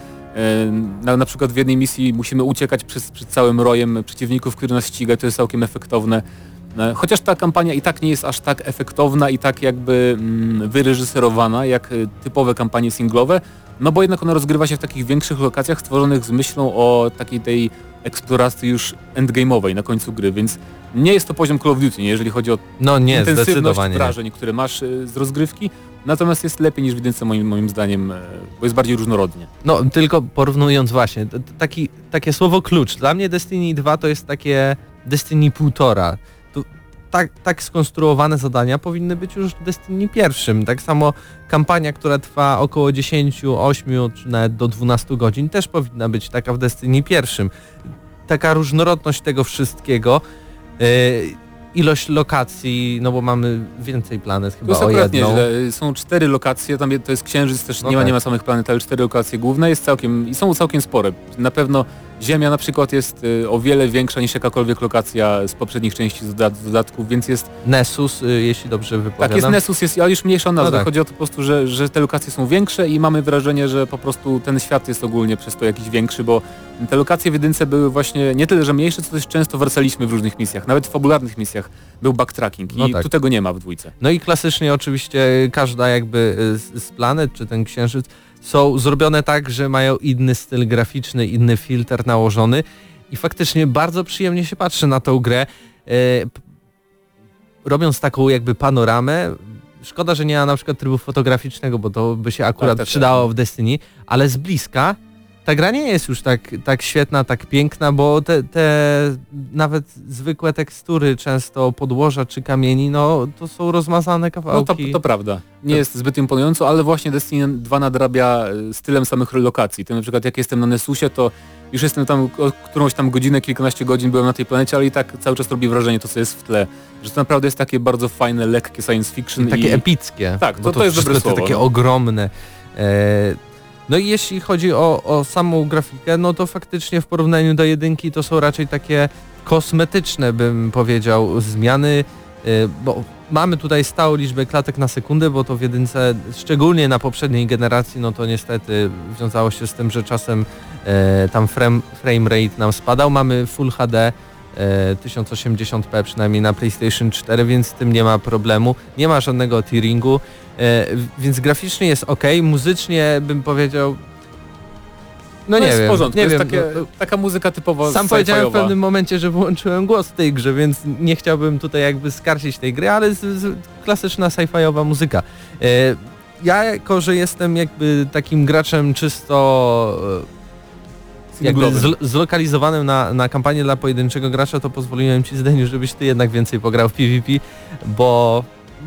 Na przykład w jednej misji musimy uciekać przed całym rojem przeciwników, który nas ściga, to jest całkiem efektowne. Chociaż ta kampania i tak nie jest aż tak efektowna i tak jakby wyreżyserowana jak typowe kampanie singlowe, no bo jednak ona rozgrywa się w takich większych lokacjach stworzonych z myślą o takiej tej eksploracji już endgame'owej na końcu gry, więc nie jest to poziom Call of Duty, jeżeli chodzi o intensywność wrażeń, które masz z rozgrywki. natomiast jest lepiej niż w jedynce moim zdaniem, bo jest bardziej różnorodnie. No tylko porównując właśnie, takie słowo klucz. Dla mnie Destiny 2 to jest takie Destiny 1,5. Tak skonstruowane zadania powinny być już w Destiny 1. Tak samo kampania, która trwa około 10, 8 czy nawet do 12 godzin też powinna być taka w Destiny 1. Taka różnorodność tego wszystkiego, ilość lokacji, no bo mamy więcej planet chyba to jest o jedną. Nieźle. Są 4 lokacje, tam to jest Księżyc też, nie ma samych planet, ale 4 lokacje główne są całkiem spore. Na pewno Ziemia na przykład jest o wiele większa niż jakakolwiek lokacja z poprzednich części z dodatków, więc jest... Nessus, jeśli dobrze wypowiadam. Tak, jest Nessus, ale już mniejsza nazwa. No tak. Chodzi o to po prostu, że te lokacje są większe i mamy wrażenie, że po prostu ten świat jest ogólnie przez to jakiś większy, bo te lokacje w jedynce były właśnie nie tyle, że mniejsze, co też często wracaliśmy w różnych misjach. Nawet w fabularnych misjach był backtracking i tu tego nie ma w dwójce. No i klasycznie oczywiście każda jakby z planet, czy ten Księżyc są zrobione tak, że mają inny styl graficzny, inny filtr nałożony i faktycznie bardzo przyjemnie się patrzy na tą grę. Robiąc taką jakby panoramę, szkoda, że nie ma na przykład trybu fotograficznego, bo to by się akurat przydało w Destiny, ale z bliska ta gra nie jest już tak świetna, tak piękna, bo te nawet zwykłe tekstury, często podłoża czy kamieni, no to są rozmazane kawałki. No to prawda. Nie jest zbyt imponująco, ale właśnie Destiny 2 nadrabia stylem samych lokacji. Tym na przykład jak jestem na Nessusie, to już jestem tam którąś tam godzinę, kilkanaście godzin byłem na tej planecie, ale i tak cały czas robi wrażenie to, co jest w tle. Że to naprawdę jest takie bardzo fajne, lekkie science fiction. I takie epickie. Tak, to jest dobre słowo. Takie ogromne. No i jeśli chodzi o samą grafikę, no to faktycznie w porównaniu do jedynki to są raczej takie kosmetyczne, bym powiedział, zmiany, bo mamy tutaj stałą liczbę klatek na sekundę, bo to w jedynce, szczególnie na poprzedniej generacji, no to niestety wiązało się z tym, że czasem tam frame rate nam spadał. Mamy Full HD 1080p przynajmniej na PlayStation 4, więc z tym nie ma problemu. Nie ma żadnego tearingu, więc graficznie jest ok, muzycznie bym powiedział no nie jest wiem, w porządku, nie jest wiem. Taka muzyka typowo sam powiedziałem w pewnym momencie, że wyłączyłem głos w tej grze, więc nie chciałbym tutaj jakby skarcić tej gry, ale klasyczna sci-fiowa muzyka. Ja jako, że jestem jakby takim graczem czysto jakby zlokalizowanym na kampanię dla pojedynczego gracza, to pozwoliłem ci, Zdeniu, żebyś ty jednak więcej pograł w PvP, bo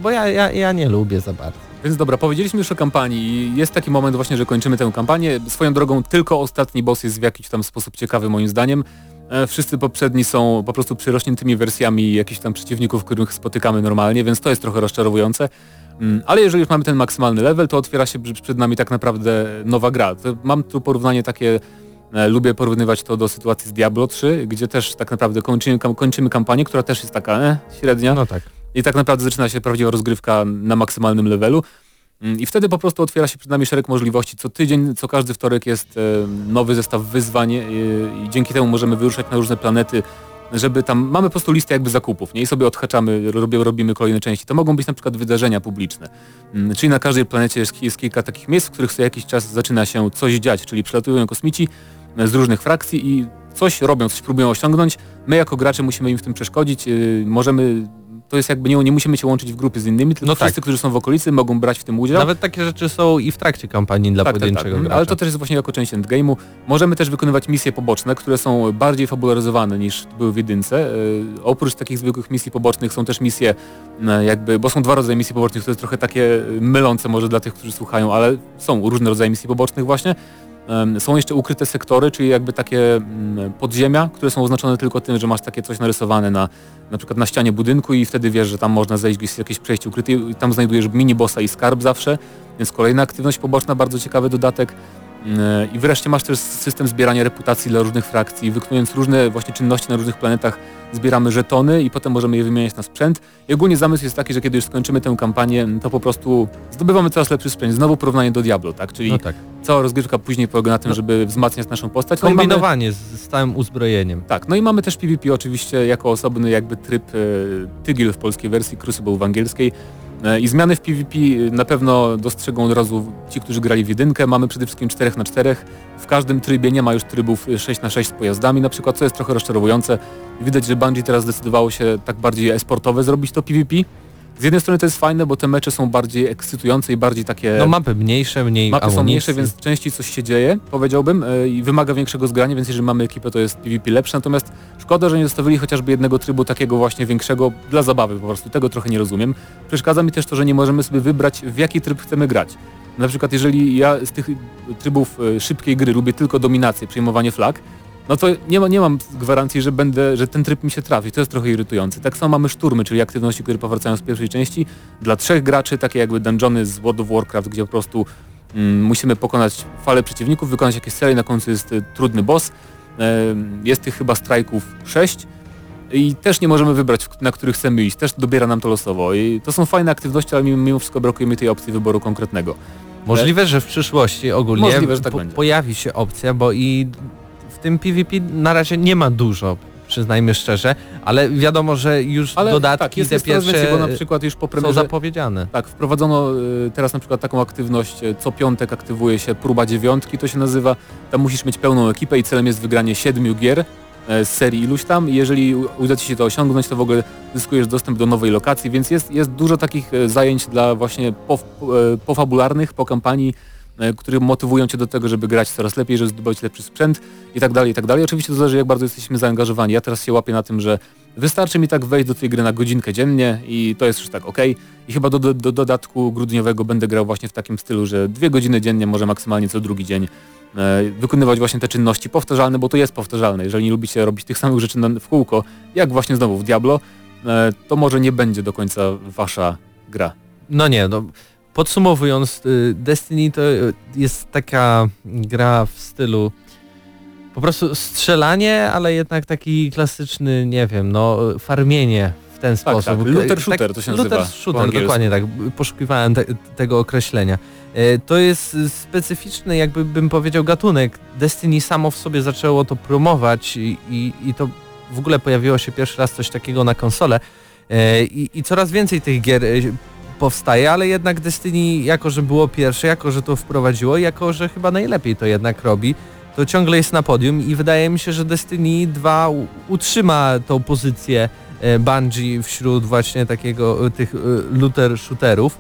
ja nie lubię za bardzo. Więc dobra, powiedzieliśmy już o kampanii. Jest taki moment właśnie, że kończymy tę kampanię. Swoją drogą tylko ostatni boss jest w jakiś tam sposób ciekawy moim zdaniem. Wszyscy poprzedni są po prostu przyrośniętymi wersjami jakichś tam przeciwników, których spotykamy normalnie, więc to jest trochę rozczarowujące. Ale jeżeli już mamy ten maksymalny level, to otwiera się przed nami tak naprawdę nowa gra. Mam tu porównanie takie, lubię porównywać to do sytuacji z Diablo 3, gdzie też tak naprawdę kończymy kampanię, która też jest taka średnia. No tak. I tak naprawdę zaczyna się prawdziwa rozgrywka na maksymalnym levelu. I wtedy po prostu otwiera się przed nami szereg możliwości. Co tydzień, co każdy wtorek jest nowy zestaw wyzwań i dzięki temu możemy wyruszać na różne planety, żeby tam... Mamy po prostu listę jakby zakupów, nie? I sobie odhaczamy, robimy kolejne części. To mogą być na przykład wydarzenia publiczne. Czyli na każdej planecie jest kilka takich miejsc, w których co jakiś czas zaczyna się coś dziać, czyli przylatują kosmici z różnych frakcji i coś robią, coś próbują osiągnąć. My jako gracze musimy im w tym przeszkodzić, możemy... To jest jakby nie musimy się łączyć w grupy z innymi, tylko wszyscy, którzy są w okolicy, mogą brać w tym udział. Nawet takie rzeczy są i w trakcie kampanii dla pojedynczego gracza. Ale to też jest właśnie jako część endgame'u. Możemy też wykonywać misje poboczne, które są bardziej fabularyzowane niż były w jedynce. Oprócz takich zwykłych misji pobocznych są też misje jakby, bo są dwa rodzaje misji pobocznych, to jest trochę takie mylące może dla tych, którzy słuchają, ale są różne rodzaje misji pobocznych właśnie. Są jeszcze ukryte sektory, czyli jakby takie podziemia, które są oznaczone tylko tym, że masz takie coś narysowane na przykład na ścianie budynku i wtedy wiesz, że tam można zejść, gdzieś jakieś przejście ukryte i tam znajdujesz mini-bossa i skarb zawsze, więc kolejna aktywność poboczna, bardzo ciekawy dodatek. I wreszcie masz też system zbierania reputacji dla różnych frakcji, wykonując różne właśnie czynności na różnych planetach zbieramy żetony i potem możemy je wymieniać na sprzęt. I ogólnie zamysł jest taki, że kiedy już skończymy tę kampanię, to po prostu zdobywamy coraz lepszy sprzęt. Znowu porównanie do Diablo, tak? Czyli cała rozgrywka później polega na tym, żeby wzmacniać naszą postać. Kombinowanie z stałym uzbrojeniem. Tak, no i mamy też PvP oczywiście jako osobny jakby tryb Tygiel w polskiej wersji, Crucible w angielskiej. I zmiany w PvP na pewno dostrzegą od razu ci, którzy grali w jedynkę. Mamy przede wszystkim 4x4. W każdym trybie nie ma już trybów 6x6 z pojazdami na przykład, co jest trochę rozczarowujące. Widać, że Bungie teraz zdecydowało się tak bardziej e-sportowe zrobić to PvP. Z jednej strony to jest fajne, bo te mecze są bardziej ekscytujące i bardziej takie... No mapy mniejsze, mniej Mapy amunicji. są mniejsze, więc częściej coś się dzieje, powiedziałbym, i wymaga większego zgrania, więc jeżeli mamy ekipę, to jest PvP lepsze. Natomiast szkoda, że nie zostawili chociażby jednego trybu takiego właśnie większego dla zabawy po prostu. Tego trochę nie rozumiem. Przeszkadza mi też to, że nie możemy sobie wybrać, w jaki tryb chcemy grać. Na przykład jeżeli ja z tych trybów szybkiej gry lubię tylko dominację, przejmowanie flag, no to nie mam gwarancji, że ten tryb mi się trafi. To jest trochę irytujące. Tak samo mamy szturmy, czyli aktywności, które powracają z pierwszej części. Dla 3 graczy, takie jakby dungeony z World of Warcraft, gdzie po prostu musimy pokonać falę przeciwników, wykonać jakieś cele i na końcu jest trudny boss. Jest tych chyba strajków 6 i też nie możemy wybrać, na których chcemy iść. Też dobiera nam to losowo. I to są fajne aktywności, ale mimo wszystko brakuje mi tej opcji wyboru konkretnego. Możliwe, że w przyszłości ogólnie Możliwe, że tak będzie. Pojawi się opcja, bo i w tym PvP na razie nie ma dużo, przyznajmy szczerze, ale wiadomo, że już dodatki tak, jest te pierwsze więcej, bo na przykład już po premierze, są zapowiedziane. Tak, wprowadzono teraz na przykład taką aktywność, co piątek aktywuje się próba 9, to się nazywa. Tam musisz mieć pełną ekipę i celem jest wygranie 7 gier z serii iluś tam i jeżeli uda Ci się to osiągnąć, to w ogóle zyskujesz dostęp do nowej lokacji, więc jest dużo takich zajęć dla właśnie pofabularnych, po kampanii, które motywują Cię do tego, żeby grać coraz lepiej, żeby zdobyć lepszy sprzęt i tak dalej, i tak dalej. Oczywiście to zależy, jak bardzo jesteśmy zaangażowani. Ja teraz się łapię na tym, że wystarczy mi tak wejść do tej gry na godzinkę dziennie i to jest już tak okej. I chyba do dodatku grudniowego będę grał właśnie w takim stylu, że 2 godziny dziennie, może maksymalnie co drugi dzień wykonywać właśnie te czynności powtarzalne, bo to jest powtarzalne. Jeżeli nie lubicie robić tych samych rzeczy w kółko, jak właśnie znowu w Diablo, to może nie będzie do końca wasza gra. No nie, no podsumowując, Destiny to jest taka gra w stylu po prostu strzelanie, ale jednak taki klasyczny, nie wiem, no farmienie w ten sposób. Tak, looter shooter to się nazywa. Looter shooter, dokładnie tak. Poszukiwałem tego określenia. To jest specyficzny, jakby bym powiedział, gatunek. Destiny samo w sobie zaczęło to promować i to w ogóle pojawiło się pierwszy raz coś takiego na konsolę i coraz więcej tych gier powstaje, ale jednak Destiny, jako że było pierwsze, jako że to wprowadziło, jako że chyba najlepiej to jednak robi, to ciągle jest na podium i wydaje mi się, że Destiny 2 utrzyma tą pozycję Bungie wśród właśnie tych looter shooterów.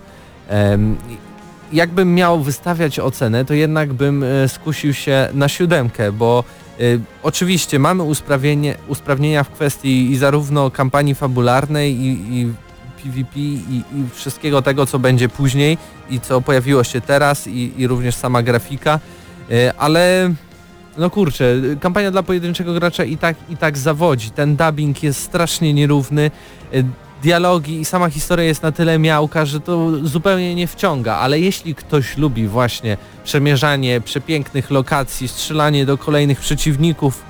Jakbym miał wystawiać ocenę, to jednak bym skusił się na 7, bo oczywiście mamy usprawnienia w kwestii i zarówno kampanii fabularnej i PvP i wszystkiego tego, co będzie później i co pojawiło się teraz i również sama grafika, ale no kurczę, kampania dla pojedynczego gracza i tak zawodzi. Ten dubbing jest strasznie nierówny, dialogi i sama historia jest na tyle miałka, że to zupełnie nie wciąga, ale jeśli ktoś lubi właśnie przemierzanie przepięknych lokacji, strzelanie do kolejnych przeciwników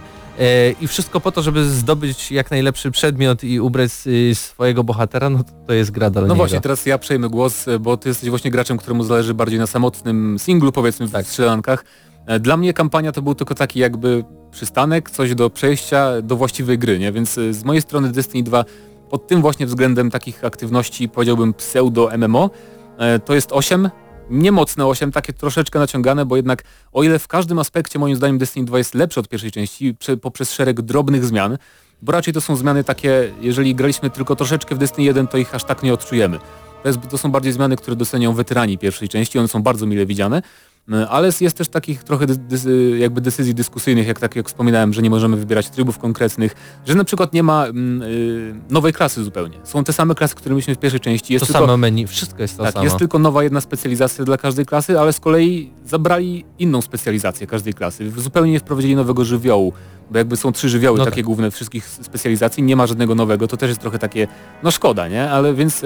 i wszystko po to, żeby zdobyć jak najlepszy przedmiot i ubrać swojego bohatera, no to jest gra dla niego. No właśnie, teraz ja przejmę głos, bo ty jesteś właśnie graczem, któremu zależy bardziej na samotnym singlu, powiedzmy, w strzelankach. Dla mnie kampania to był tylko taki jakby przystanek, coś do przejścia do właściwej gry, nie? Więc z mojej strony Destiny 2 pod tym właśnie względem takich aktywności, powiedziałbym pseudo-MMO, to jest 8, niemocne 8, takie troszeczkę naciągane, bo jednak o ile w każdym aspekcie moim zdaniem Destiny 2 jest lepszy od pierwszej części poprzez szereg drobnych zmian, bo raczej to są zmiany takie, jeżeli graliśmy tylko troszeczkę w Destiny 1, to ich aż tak nie odczujemy. To są bardziej zmiany, które docenią weterani pierwszej części, one są bardzo mile widziane, ale jest też takich trochę jakby decyzji dyskusyjnych, jak wspominałem, że nie możemy wybierać trybów konkretnych, że na przykład nie ma nowej klasy zupełnie. Są te same klasy, które mieliśmy w pierwszej części. Jest to tylko, samo menu, wszystko jest to samo. Jest tylko nowa jedna specjalizacja dla każdej klasy, ale z kolei zabrali inną specjalizację każdej klasy. Zupełnie nie wprowadzili nowego żywiołu, bo jakby są 3 żywioły takie główne wszystkich specjalizacji, nie ma żadnego nowego, to też jest trochę takie, no szkoda, nie? Ale więc...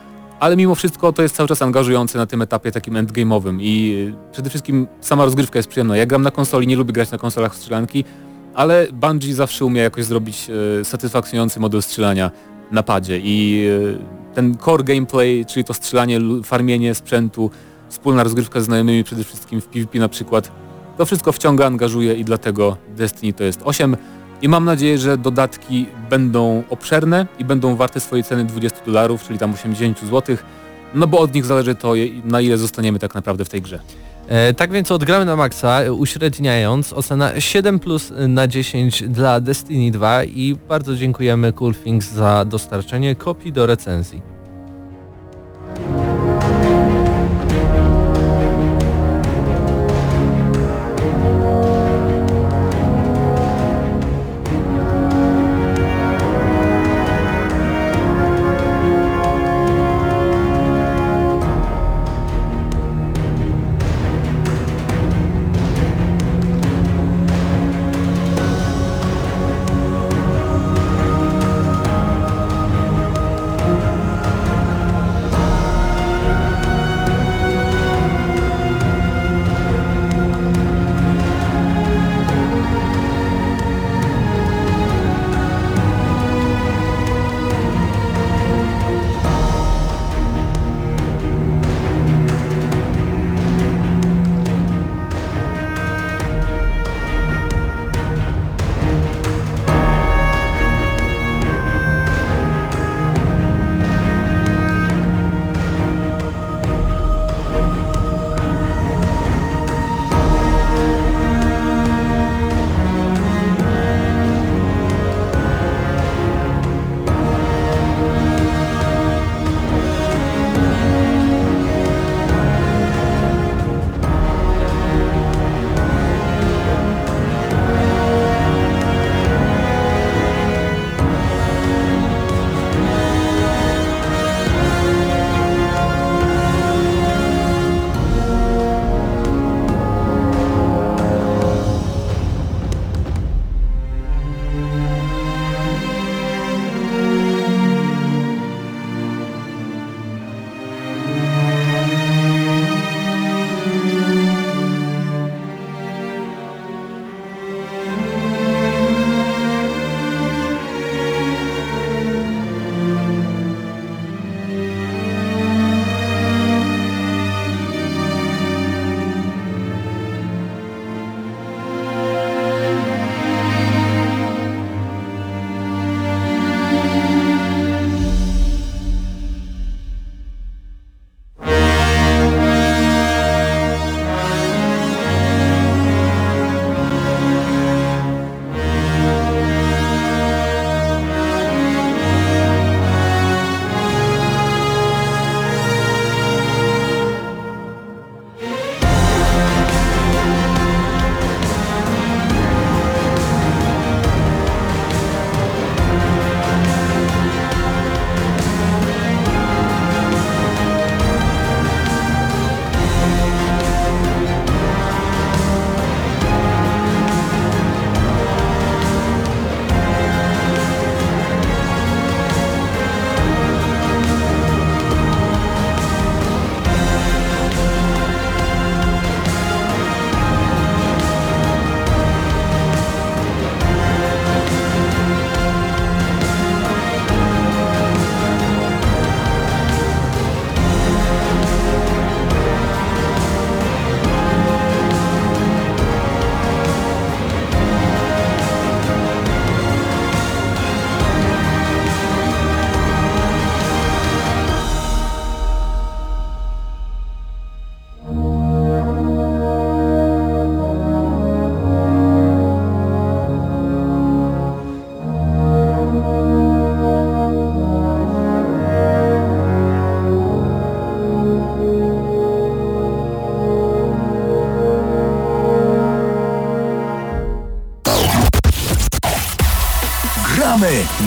Ale mimo wszystko to jest cały czas angażujące na tym etapie takim endgame'owym i przede wszystkim sama rozgrywka jest przyjemna. Ja gram na konsoli, nie lubię grać na konsolach w strzelanki, ale Bungie zawsze umie jakoś zrobić satysfakcjonujący model strzelania na padzie i ten core gameplay, czyli to strzelanie, farmienie sprzętu, wspólna rozgrywka z znajomymi przede wszystkim w PvP na przykład, to wszystko wciąga, angażuje i dlatego Destiny to jest 8. I mam nadzieję, że dodatki będą obszerne i będą warte swojej ceny $20, czyli tam 80 zł, no bo od nich zależy to, na ile zostaniemy tak naprawdę w tej grze. Tak więc odgramy na maksa, uśredniając, ocena 7+/10 dla Destiny 2 i bardzo dziękujemy Cool Things za dostarczenie kopii do recenzji.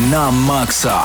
na maksa.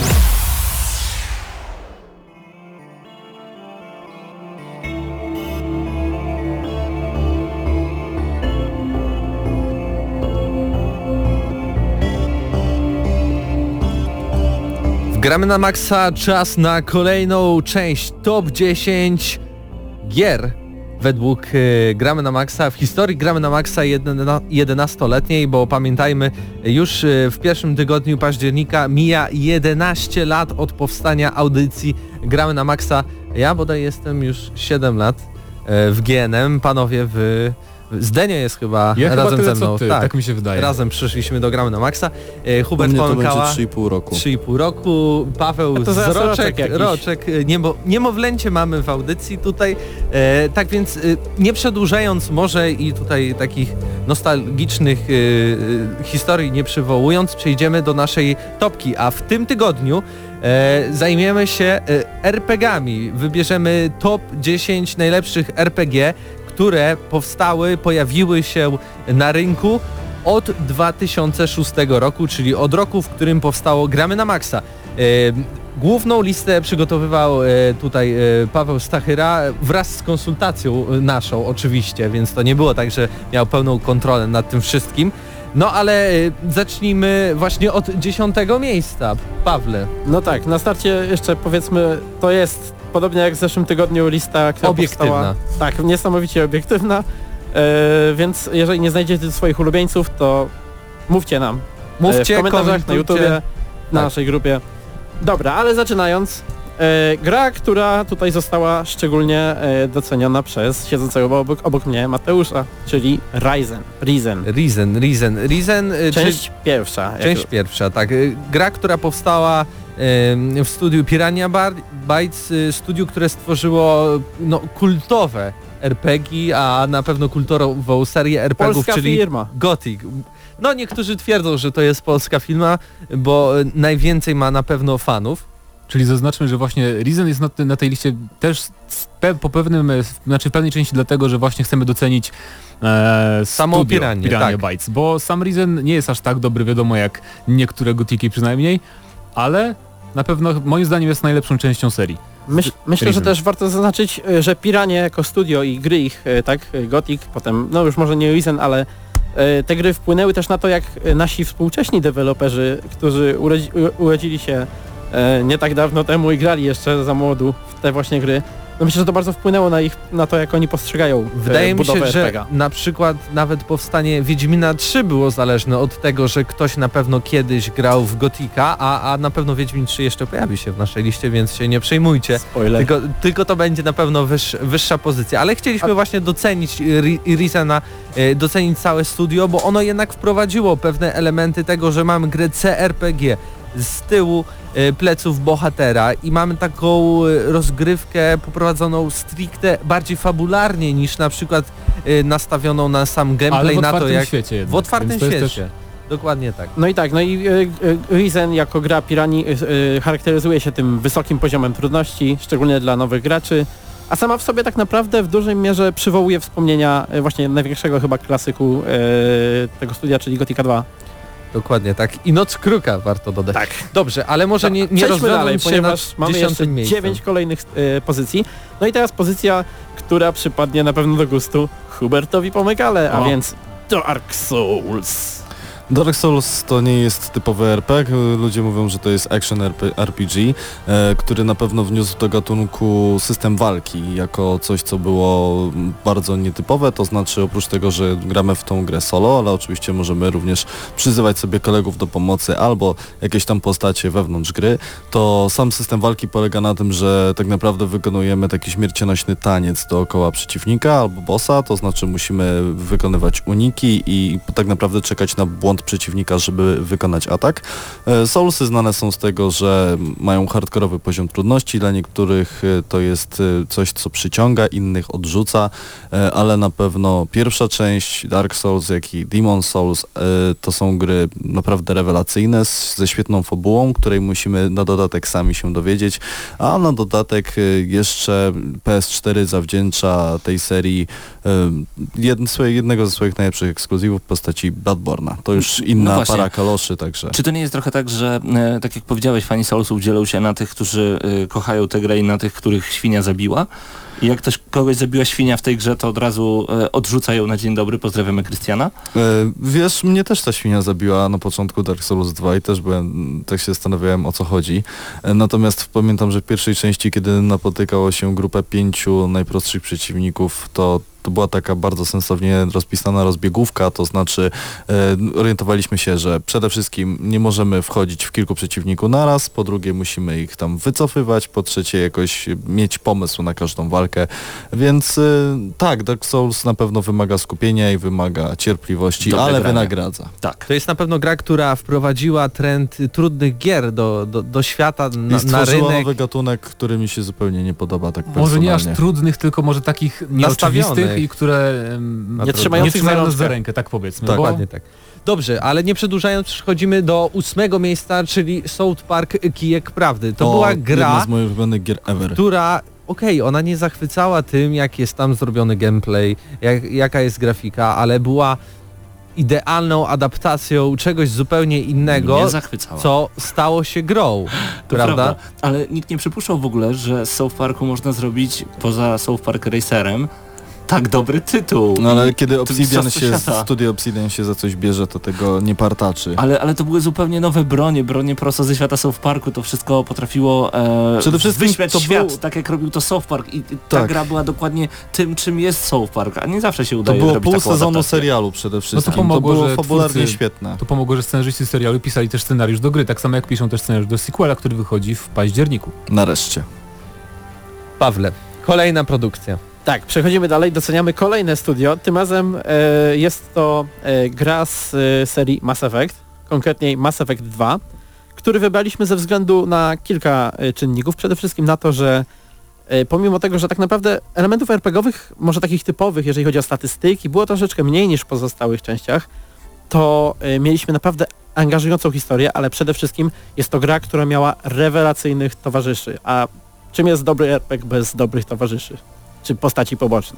Gramy na maksa, czas na kolejną część Top 10 gier według Gramy na maksa. W historii Gramy na maksa 11-letniej, bo pamiętajmy, już w pierwszym tygodniu października mija 11 lat od powstania audycji Gramy na maksa. Ja bodaj jestem już 7 lat w GNM, panowie Zdenio jest chyba razem ze mną. Tak mi się wydaje. Razem przyszliśmy do Gramy na maksa. Hubert Pomykała 3,5 roku. 3,5 roku. Paweł z Roczek. Niemowlęcie mamy w audycji tutaj. Tak więc nie przedłużając może i tutaj takich nostalgicznych historii nie przywołując, przejdziemy do naszej topki, a w tym tygodniu zajmiemy się RPG-ami. Wybierzemy top 10 najlepszych RPG, które pojawiły się na rynku od 2006 roku, czyli od roku, w którym powstało Gramy na maksa. Główną listę przygotowywał tutaj Paweł Stachyra wraz z konsultacją naszą oczywiście, więc to nie było tak, że miał pełną kontrolę nad tym wszystkim. No ale zacznijmy właśnie od 10. miejsca. Pawle. No tak, na starcie jeszcze powiedzmy, to jest podobnie jak w zeszłym tygodniu lista, która obiektywna. Tak, niesamowicie obiektywna, więc jeżeli nie znajdziecie swoich ulubieńców, to mówcie nam. Mówcie, w komentarzach, na YouTubie, na naszej grupie. Dobra, ale zaczynając, gra, która tutaj została szczególnie doceniona przez siedzącego obok mnie Mateusza, czyli Risen. Część pierwsza, tak. Gra, która powstała w studiu Piranha Bytes, studiu, które stworzyło kultowe RPG, a na pewno kultową serię RPGów, polska czyli firma. Gothic. No niektórzy twierdzą, że to jest polska firma, bo najwięcej ma na pewno fanów. Czyli zaznaczmy, że właśnie Risen jest na tej liście też po w pewnej części dlatego, że właśnie chcemy docenić samą Piranha Bytes, bo sam Risen nie jest aż tak dobry, wiadomo, jak niektóre gotiki przynajmniej, ale na pewno moim zdaniem jest najlepszą częścią serii. Myślę, że też warto zaznaczyć, że Piranie jako studio i gry ich, Gothic, potem, no już może nie Risen, ale te gry wpłynęły też na to, jak nasi współcześni deweloperzy, którzy urodzili się nie tak dawno temu i grali jeszcze za młodu w te właśnie gry, no myślę, że to bardzo wpłynęło na to, jak oni postrzegają Wydaje mi się, budowę że RPG. Na przykład nawet powstanie Wiedźmina 3 było zależne od tego, że ktoś na pewno kiedyś grał w Gotika, a na pewno Wiedźmin 3 jeszcze pojawi się w naszej liście, więc się nie przejmujcie. Tylko to będzie na pewno wyższa pozycja. Ale chcieliśmy właśnie docenić Risena, docenić całe studio, bo ono jednak wprowadziło pewne elementy tego, że mamy grę CRPG z tyłu pleców bohatera i mamy taką rozgrywkę poprowadzoną stricte bardziej fabularnie niż na przykład nastawioną na sam gameplay, na to jak świecie w otwartym świecie. Też... Dokładnie tak. No i Risen jako gra Pirani charakteryzuje się tym wysokim poziomem trudności, szczególnie dla nowych graczy, a sama w sobie tak naprawdę w dużej mierze przywołuje wspomnienia właśnie największego chyba klasyku tego studia, czyli Gothica 2. Dokładnie tak. I Noc Kruka warto dodać. Tak. Dobrze, ale może nie dalej, ponieważ mamy jeszcze miejscu. 9 kolejnych pozycji. No i teraz pozycja, która przypadnie na pewno do gustu Hubertowi Pomykale, a więc Dark Souls. Dark Souls to nie jest typowy RPG, ludzie mówią, że to jest action RPG, który na pewno wniósł do gatunku system walki jako coś, co było bardzo nietypowe, to znaczy oprócz tego, że gramy w tą grę solo, ale oczywiście możemy również przyzywać sobie kolegów do pomocy albo jakieś tam postacie wewnątrz gry, to sam system walki polega na tym, że tak naprawdę wykonujemy taki śmiercionośny taniec dookoła przeciwnika albo bossa, to znaczy musimy wykonywać uniki i tak naprawdę czekać na błąd przeciwnika, żeby wykonać atak. Soulsy znane są z tego, że mają hardkorowy poziom trudności, dla niektórych to jest coś, co przyciąga, innych odrzuca, ale na pewno pierwsza część Dark Souls, jak i Demon Souls to są gry naprawdę rewelacyjne, ze świetną fabułą, której musimy na dodatek sami się dowiedzieć, a na dodatek jeszcze PS4 zawdzięcza tej serii jednego ze swoich najlepszych ekskluzywów w postaci Bloodborne'a. To już już inna para kaloszy, także... Czy to nie jest trochę tak, że tak jak powiedziałeś, fani Soulsów dzielą się na tych, którzy kochają tę grę i na tych, których świnia zabiła? I jak ktoś kogoś zabiła świnia w tej grze, to od razu odrzuca ją na dzień dobry. Pozdrawiamy Krystiana. Wiesz, mnie też ta świnia zabiła na początku Dark Souls 2 i też tak się zastanawiałem, o co chodzi. Natomiast pamiętam, że w pierwszej części, kiedy napotykało się grupę 5 najprostszych przeciwników, to była taka bardzo sensownie rozpisana rozbiegówka, to znaczy orientowaliśmy się, że przede wszystkim nie możemy wchodzić w kilku przeciwników naraz, po drugie musimy ich tam wycofywać, po trzecie jakoś mieć pomysł na każdą walkę, więc tak, Dark Souls na pewno wymaga skupienia i wymaga cierpliwości, ale grania wynagradza. Tak. To jest na pewno gra, która wprowadziła trend trudnych gier do świata, I stworzyła na rynek. nowy gatunek, który mi się zupełnie nie podoba tak personalnie. Może nie aż trudnych, tylko może takich nieoczywistych i które nie trzymających za rękę, tak powiedzmy. Tak, dokładnie tak. Dobrze, ale nie przedłużając, przechodzimy do 8. miejsca, czyli South Park Kijek Prawdy. To była gra, jedna z moich ulubionych gier ever. która ona nie zachwycała tym, jak jest tam zrobiony gameplay, jaka jest grafika, ale była idealną adaptacją czegoś zupełnie innego, co stało się grą. To prawda? Ale nikt nie przypuszczał w ogóle, że z South Parku można zrobić poza South Park Racerem tak dobry tytuł. No ale kiedy studio Obsidian się za coś bierze, to tego nie partaczy. Ale to były zupełnie nowe bronie prosto ze świata South Parku, to wszystko potrafiło przede wszystkim wyśmiać świat, tak jak robił to South Park i ta gra była dokładnie tym, czym jest South Park, a nie zawsze się udaje. To było pół sezonu serialu przede wszystkim. No to pomogło, to było że fabularnie świetne. To pomogło, że scenarzyści serialu pisali też scenariusz do gry, tak samo jak piszą też scenariusz do sequela, który wychodzi w październiku. Nareszcie. Pawle, kolejna produkcja. Tak, przechodzimy dalej, doceniamy kolejne studio. Tym razem jest to gra z serii Mass Effect, konkretniej Mass Effect 2, który wybraliśmy ze względu na kilka czynników. Przede wszystkim na to, że pomimo tego, że tak naprawdę elementów RPG-owych, może takich typowych, jeżeli chodzi o statystyki, było troszeczkę mniej niż w pozostałych częściach, to mieliśmy naprawdę angażującą historię, ale przede wszystkim jest to gra, która miała rewelacyjnych towarzyszy. A czym jest dobry RPG bez dobrych towarzyszy? Czy postaci pobocznych?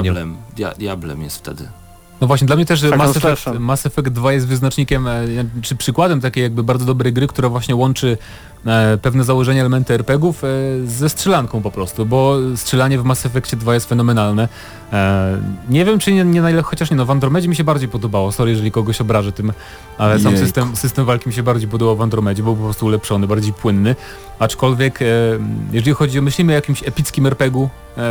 Diablem jest wtedy. No właśnie, dla mnie też Mass Effect 2 jest wyznacznikiem, czy przykładem takiej jakby bardzo dobrej gry, która właśnie łączy pewne założenia, elementy RPG-ów ze strzelanką po prostu, bo strzelanie w Mass Effectie 2 jest fenomenalne. Nie wiem, czy chociaż w Andromedzie mi się bardziej podobało, sorry, jeżeli kogoś obrażę tym, ale sam system walki mi się bardziej podobał w Andromedzie, był po prostu ulepszony, bardziej płynny, aczkolwiek jeżeli myślimy o jakimś epickim RPG-u,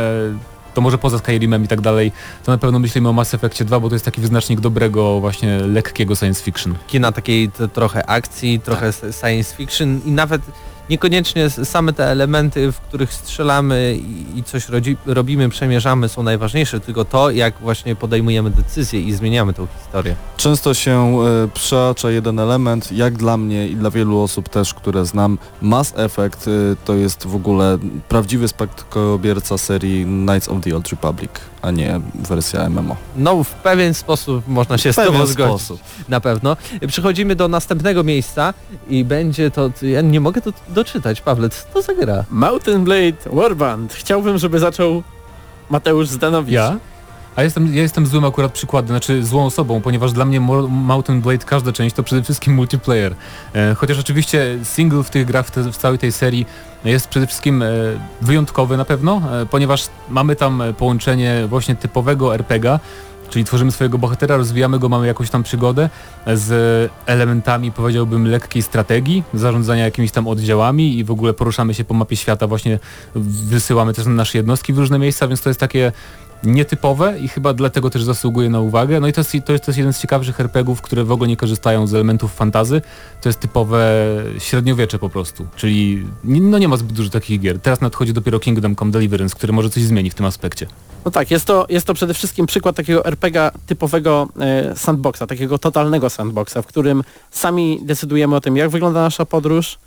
to może poza Skyrimem i tak dalej, to na pewno myślimy o Mass Effectie 2, bo to jest taki wyznacznik dobrego, właśnie lekkiego science fiction. Kina takiej trochę akcji, trochę science fiction i nawet niekoniecznie same te elementy, w których strzelamy i coś robimy, przemierzamy, są najważniejsze, tylko to, jak właśnie podejmujemy decyzje i zmieniamy tą historię. Często się przeacza jeden element, jak dla mnie i dla wielu osób też, które znam, Mass Effect to jest w ogóle prawdziwy spadkobierca serii Knights of the Old Republic, a nie wersja MMO. No w pewien sposób można się z tobą zgodzić. Na pewno. Przechodzimy do następnego miejsca i będzie to... Ja nie mogę to doczytać, Pawle, co to za gra? Mountain Blade Warband. Chciałbym, żeby zaczął Mateusz Zdanowicz. Ja? A ja jestem złym akurat przykładem, znaczy złą osobą, ponieważ dla mnie Mountain Blade, każda część to przede wszystkim multiplayer. Chociaż oczywiście single w tych grach, w całej tej serii jest przede wszystkim wyjątkowy na pewno, ponieważ mamy tam połączenie właśnie typowego RPGa, czyli tworzymy swojego bohatera, rozwijamy go, mamy jakąś tam przygodę z elementami, powiedziałbym, lekkiej strategii, zarządzania jakimiś tam oddziałami i w ogóle poruszamy się po mapie świata, właśnie wysyłamy też nasze jednostki w różne miejsca, więc to jest takie nietypowe i chyba dlatego też zasługuje na uwagę. No i to jest jeden z ciekawszych RPGów, które w ogóle nie korzystają z elementów fantazy. To jest typowe średniowiecze po prostu, czyli nie ma zbyt dużo takich gier. Teraz nadchodzi dopiero Kingdom Come Deliverance, który może coś zmieni w tym aspekcie. No tak, jest to przede wszystkim przykład takiego RPGa typowego sandboxa, takiego totalnego sandboxa, w którym sami decydujemy o tym, jak wygląda nasza podróż,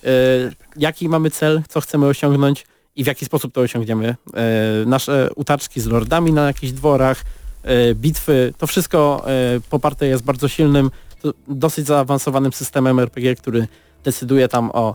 jaki mamy cel, co chcemy osiągnąć i w jaki sposób to osiągniemy. Nasze utarczki z lordami na jakichś dworach, bitwy, to wszystko poparte jest bardzo silnym, dosyć zaawansowanym systemem RPG, który decyduje tam o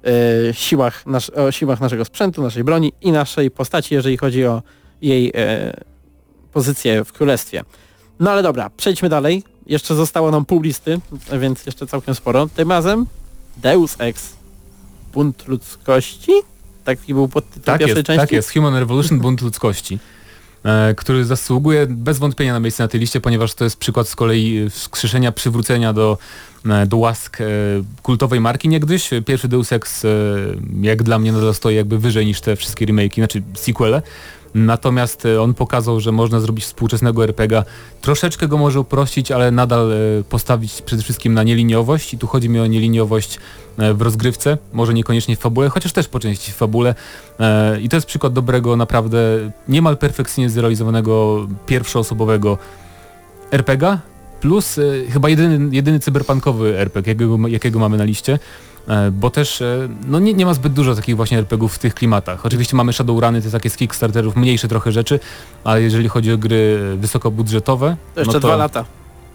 siłach naszego sprzętu, naszej broni i naszej postaci, jeżeli chodzi o jej pozycję w królestwie. No ale dobra, przejdźmy dalej. jeszcze zostało nam pół listy, więc jeszcze całkiem sporo. Tym razem Deus Ex. Bunt ludzkości? Taki był podtytuł pierwszej części? Tak jest, Human Revolution, bunt ludzkości, który zasługuje bez wątpienia na miejsce na tej liście, ponieważ to jest przykład z kolei wskrzeszenia, przywrócenia do łask kultowej marki niegdyś. Pierwszy Deus Ex jak dla mnie nadal stoi jakby wyżej niż te wszystkie remake'i, znaczy sequele. Natomiast on pokazał, że można zrobić współczesnego RPG-a, troszeczkę go może uprościć, ale nadal postawić przede wszystkim na nieliniowość i tu chodzi mi o nieliniowość w rozgrywce, może niekoniecznie w fabule, chociaż też po części w fabule i to jest przykład dobrego, naprawdę niemal perfekcyjnie zrealizowanego pierwszoosobowego RPG-a plus chyba jedyny cyberpunkowy RPG, jakiego mamy na liście. Bo też no nie ma zbyt dużo takich właśnie RPGów w tych klimatach. Oczywiście mamy Shadowruny, te takie z Kickstarterów, mniejsze trochę rzeczy, ale jeżeli chodzi o gry wysokobudżetowe... To jeszcze 2 lata.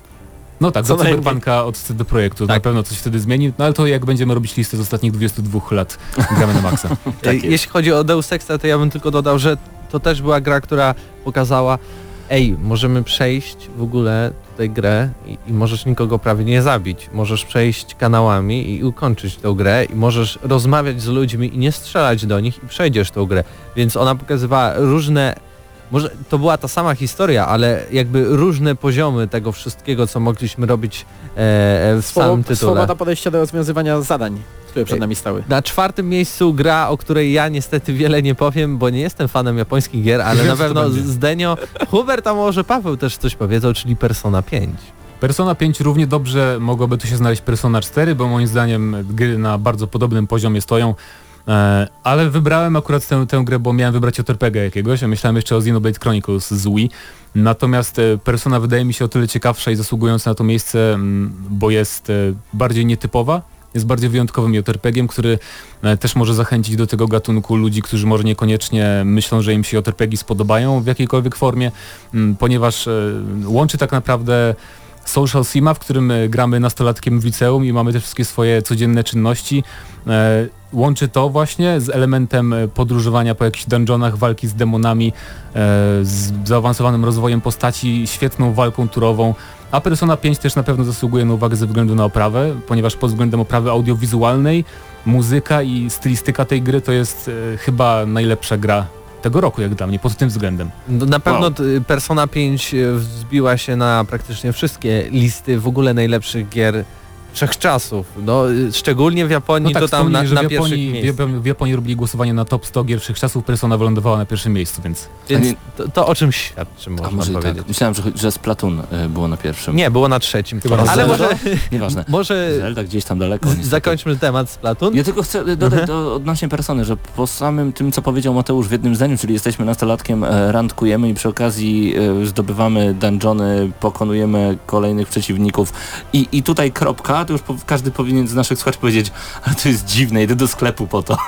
No tak, do Cyberpunka od CD Projektu, tak. Na pewno coś wtedy zmieni, no ale to jak będziemy robić listę z ostatnich 22 lat, gramy na maksa. Tak jeśli chodzi o Deus Exa, to ja bym tylko dodał, że to też była gra, która pokazała możemy przejść w ogóle tutaj grę i możesz nikogo prawie nie zabić. Możesz przejść kanałami i ukończyć tę grę i możesz rozmawiać z ludźmi i nie strzelać do nich i przejdziesz tą grę. Więc ona pokazywała różne, może to była ta sama historia, ale jakby różne poziomy tego wszystkiego, co mogliśmy robić w samym tytule. Swoboda podejścia do rozwiązywania zadań, które przed nami stały. Na 4. miejscu gra, o której ja niestety wiele nie powiem, bo nie jestem fanem japońskich gier, ale na pewno Zdenio, Hubert, a może Paweł też coś powiedzą, czyli Persona 5. Persona 5 równie dobrze mogłoby tu się znaleźć Persona 4, bo moim zdaniem gry na bardzo podobnym poziomie stoją. Ale wybrałem akurat tę grę, bo miałem wybrać JRPG jakiegoś, a myślałem jeszcze o Xenoblade Chronicles z Wii. Natomiast Persona wydaje mi się o tyle ciekawsza i zasługująca na to miejsce, bo jest bardziej nietypowa, jest bardziej wyjątkowym JRPG-iem, który też może zachęcić do tego gatunku ludzi, którzy może niekoniecznie myślą, że im się JRPG spodobają w jakiejkolwiek formie, ponieważ łączy tak naprawdę social sima, w którym gramy nastolatkiem w liceum i mamy te wszystkie swoje codzienne czynności. Łączy to właśnie z elementem podróżowania po jakichś dungeonach, walki z demonami, z zaawansowanym rozwojem postaci, świetną walką turową. A Persona 5 też na pewno zasługuje na uwagę ze względu na oprawę, ponieważ pod względem oprawy audiowizualnej, muzyka i stylistyka tej gry to jest chyba najlepsza gra tego roku, jak dla mnie, pod tym względem. Na pewno Persona 5 wzbiła się na praktycznie wszystkie listy w ogóle najlepszych gier wszechczasów. No, szczególnie w Japonii, no tak, to tam na pierwszych miejscach. W Japonii robili głosowanie na top 100 gier wszechczasów, Persona wylądowała na pierwszym miejscu, więc to o czym świadczy, można powiedzieć. Tak. Myślałem, że Splatoon było na pierwszym. Nie, było na 3. Ale może... Nieważne. Może Zelda gdzieś tam daleko. Zakończmy temat Splatoon. Ja tylko chcę dodać odnośnie Persony, że po samym tym, co powiedział Mateusz w jednym zdaniu, czyli jesteśmy nastolatkiem, randkujemy i przy okazji zdobywamy dungeony, pokonujemy kolejnych przeciwników i tutaj kropka, to już każdy powinien z naszych słuchaczy powiedzieć, ale to jest dziwne, idę do sklepu po to.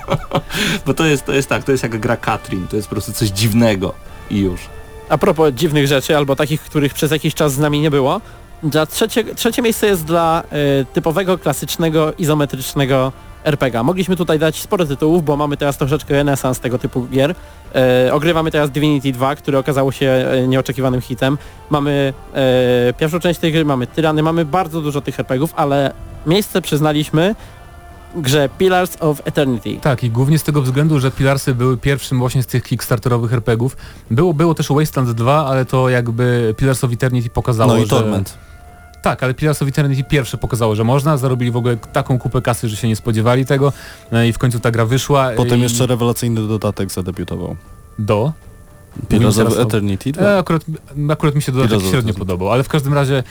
Bo to jest jak gra Katrin, to jest po prostu coś dziwnego i już. A propos dziwnych rzeczy, albo takich, których przez jakiś czas z nami nie było, trzecie miejsce jest dla typowego, klasycznego, izometrycznego RPG. Mogliśmy tutaj dać sporo tytułów, bo mamy teraz troszeczkę renesans tego typu gier. Ogrywamy teraz Divinity 2, które okazało się nieoczekiwanym hitem. Mamy pierwszą część tej gry, mamy Tyrany, mamy bardzo dużo tych RPGów, ale miejsce przyznaliśmy grze Pillars of Eternity. Tak, i głównie z tego względu, że Pillarsy były pierwszym właśnie z tych kickstarterowych RPGów. Było też Wasteland 2, ale to jakby Pillars of Eternity pokazało, no i Torment. Tak, ale Pillars of Eternity pierwsze pokazało, że można, zarobili w ogóle taką kupę kasy, że się nie spodziewali tego i w końcu ta gra wyszła. Potem jeszcze rewelacyjny dodatek zadebiutował. Do? Pillars of Eternity 2? Akurat mi się dodatek średnio podobał, ale w każdym razie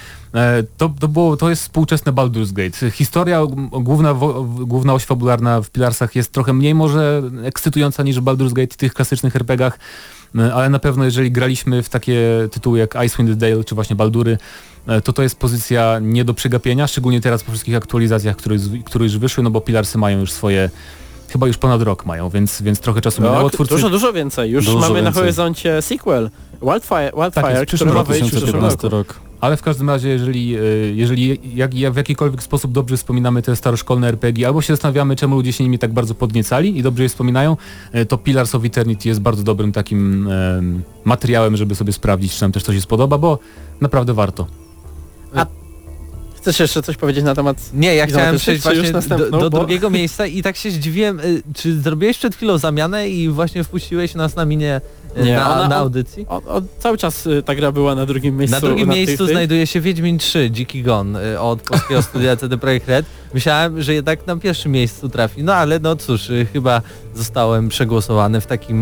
to jest współczesne Baldur's Gate. Historia, główna oś fabularna w Pillarsach jest trochę mniej może ekscytująca niż Baldur's Gate w tych klasycznych RPGach, ale na pewno jeżeli graliśmy w takie tytuły jak Icewind Dale czy właśnie Baldury, to jest pozycja nie do przegapienia, szczególnie teraz po wszystkich aktualizacjach, które już wyszły, no bo Pillarsy mają już swoje, chyba już ponad rok mają, więc trochę czasu minęło. Dużo więcej. Już mamy na horyzoncie sequel Wildfire, tak, który ma wyjść w przyszłym roku. Ale w każdym razie, jeżeli w jakikolwiek sposób dobrze wspominamy te staroszkolne RPG, albo się zastanawiamy, czemu ludzie się nimi tak bardzo podniecali i dobrze je wspominają, to Pillars of Eternity jest bardzo dobrym takim materiałem, żeby sobie sprawdzić, czy nam też coś się spodoba, bo naprawdę warto. Chcesz jeszcze coś powiedzieć na temat... Nie, ja chciałem przejść właśnie do bo... drugiego miejsca i tak się zdziwiłem, czy zrobiłeś przed chwilą zamianę i właśnie wpuściłeś nas na minie na audycji? Cały czas ta gra była na drugim miejscu. Na drugim miejscu znajduje się Wiedźmin 3, Dziki Gon od polskiego studia CD Projekt Red. Myślałem, że jednak na pierwszym miejscu trafi, no ale no cóż, chyba zostałem przegłosowany w takim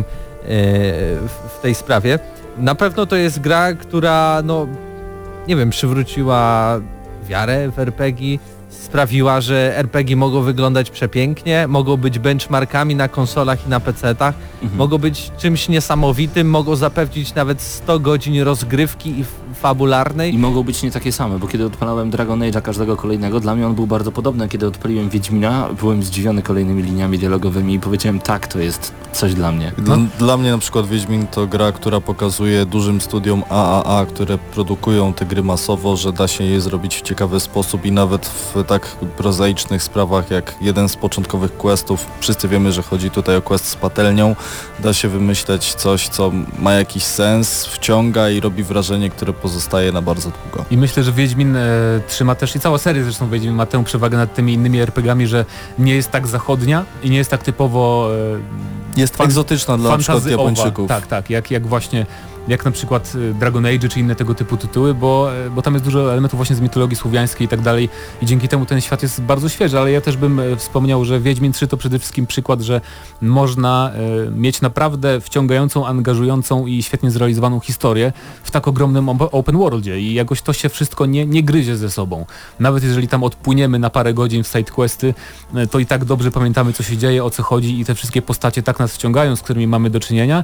w tej sprawie. Na pewno to jest gra, która no nie wiem, przywróciła wiarę w RPG, sprawiła, że RPG mogą wyglądać przepięknie, mogą być benchmarkami na konsolach i na PC-tach, mogą być czymś niesamowitym, mogą zapewnić nawet 100 godzin rozgrywki i fabularnej. I mogą być nie takie same, bo kiedy odpalałem Dragon Age'a każdego kolejnego, dla mnie on był bardzo podobny. Kiedy odpaliłem Wiedźmina, byłem zdziwiony kolejnymi liniami dialogowymi i powiedziałem, tak, to jest coś dla mnie. Dla mnie na przykład Wiedźmin to gra, która pokazuje dużym studiom AAA, które produkują te gry masowo, że da się je zrobić w ciekawy sposób i nawet w tak prozaicznych sprawach jak jeden z początkowych questów, wszyscy wiemy, że chodzi tutaj o quest z patelnią, da się wymyśleć coś, co ma jakiś sens, wciąga i robi wrażenie, które pozostaje na bardzo długo. I myślę, że Wiedźmin trzyma też, i cała seria zresztą Wiedźmin ma tę przewagę nad tymi innymi RPG-ami, że nie jest tak zachodnia i nie jest tak typowo jest egzotyczna dla na przykład Japończyków. Tak, jak właśnie jak na przykład Dragon Age czy inne tego typu tytuły, bo tam jest dużo elementów właśnie z mitologii słowiańskiej i tak dalej i dzięki temu ten świat jest bardzo świeży, ale ja też bym wspomniał, że Wiedźmin 3 to przede wszystkim przykład, że można mieć naprawdę wciągającą, angażującą i świetnie zrealizowaną historię w tak ogromnym open worldzie i jakoś to się wszystko nie gryzie ze sobą. Nawet jeżeli tam odpłyniemy na parę godzin w sidequesty, to i tak dobrze pamiętamy, co się dzieje, o co chodzi i te wszystkie postacie tak nas wciągają, z którymi mamy do czynienia,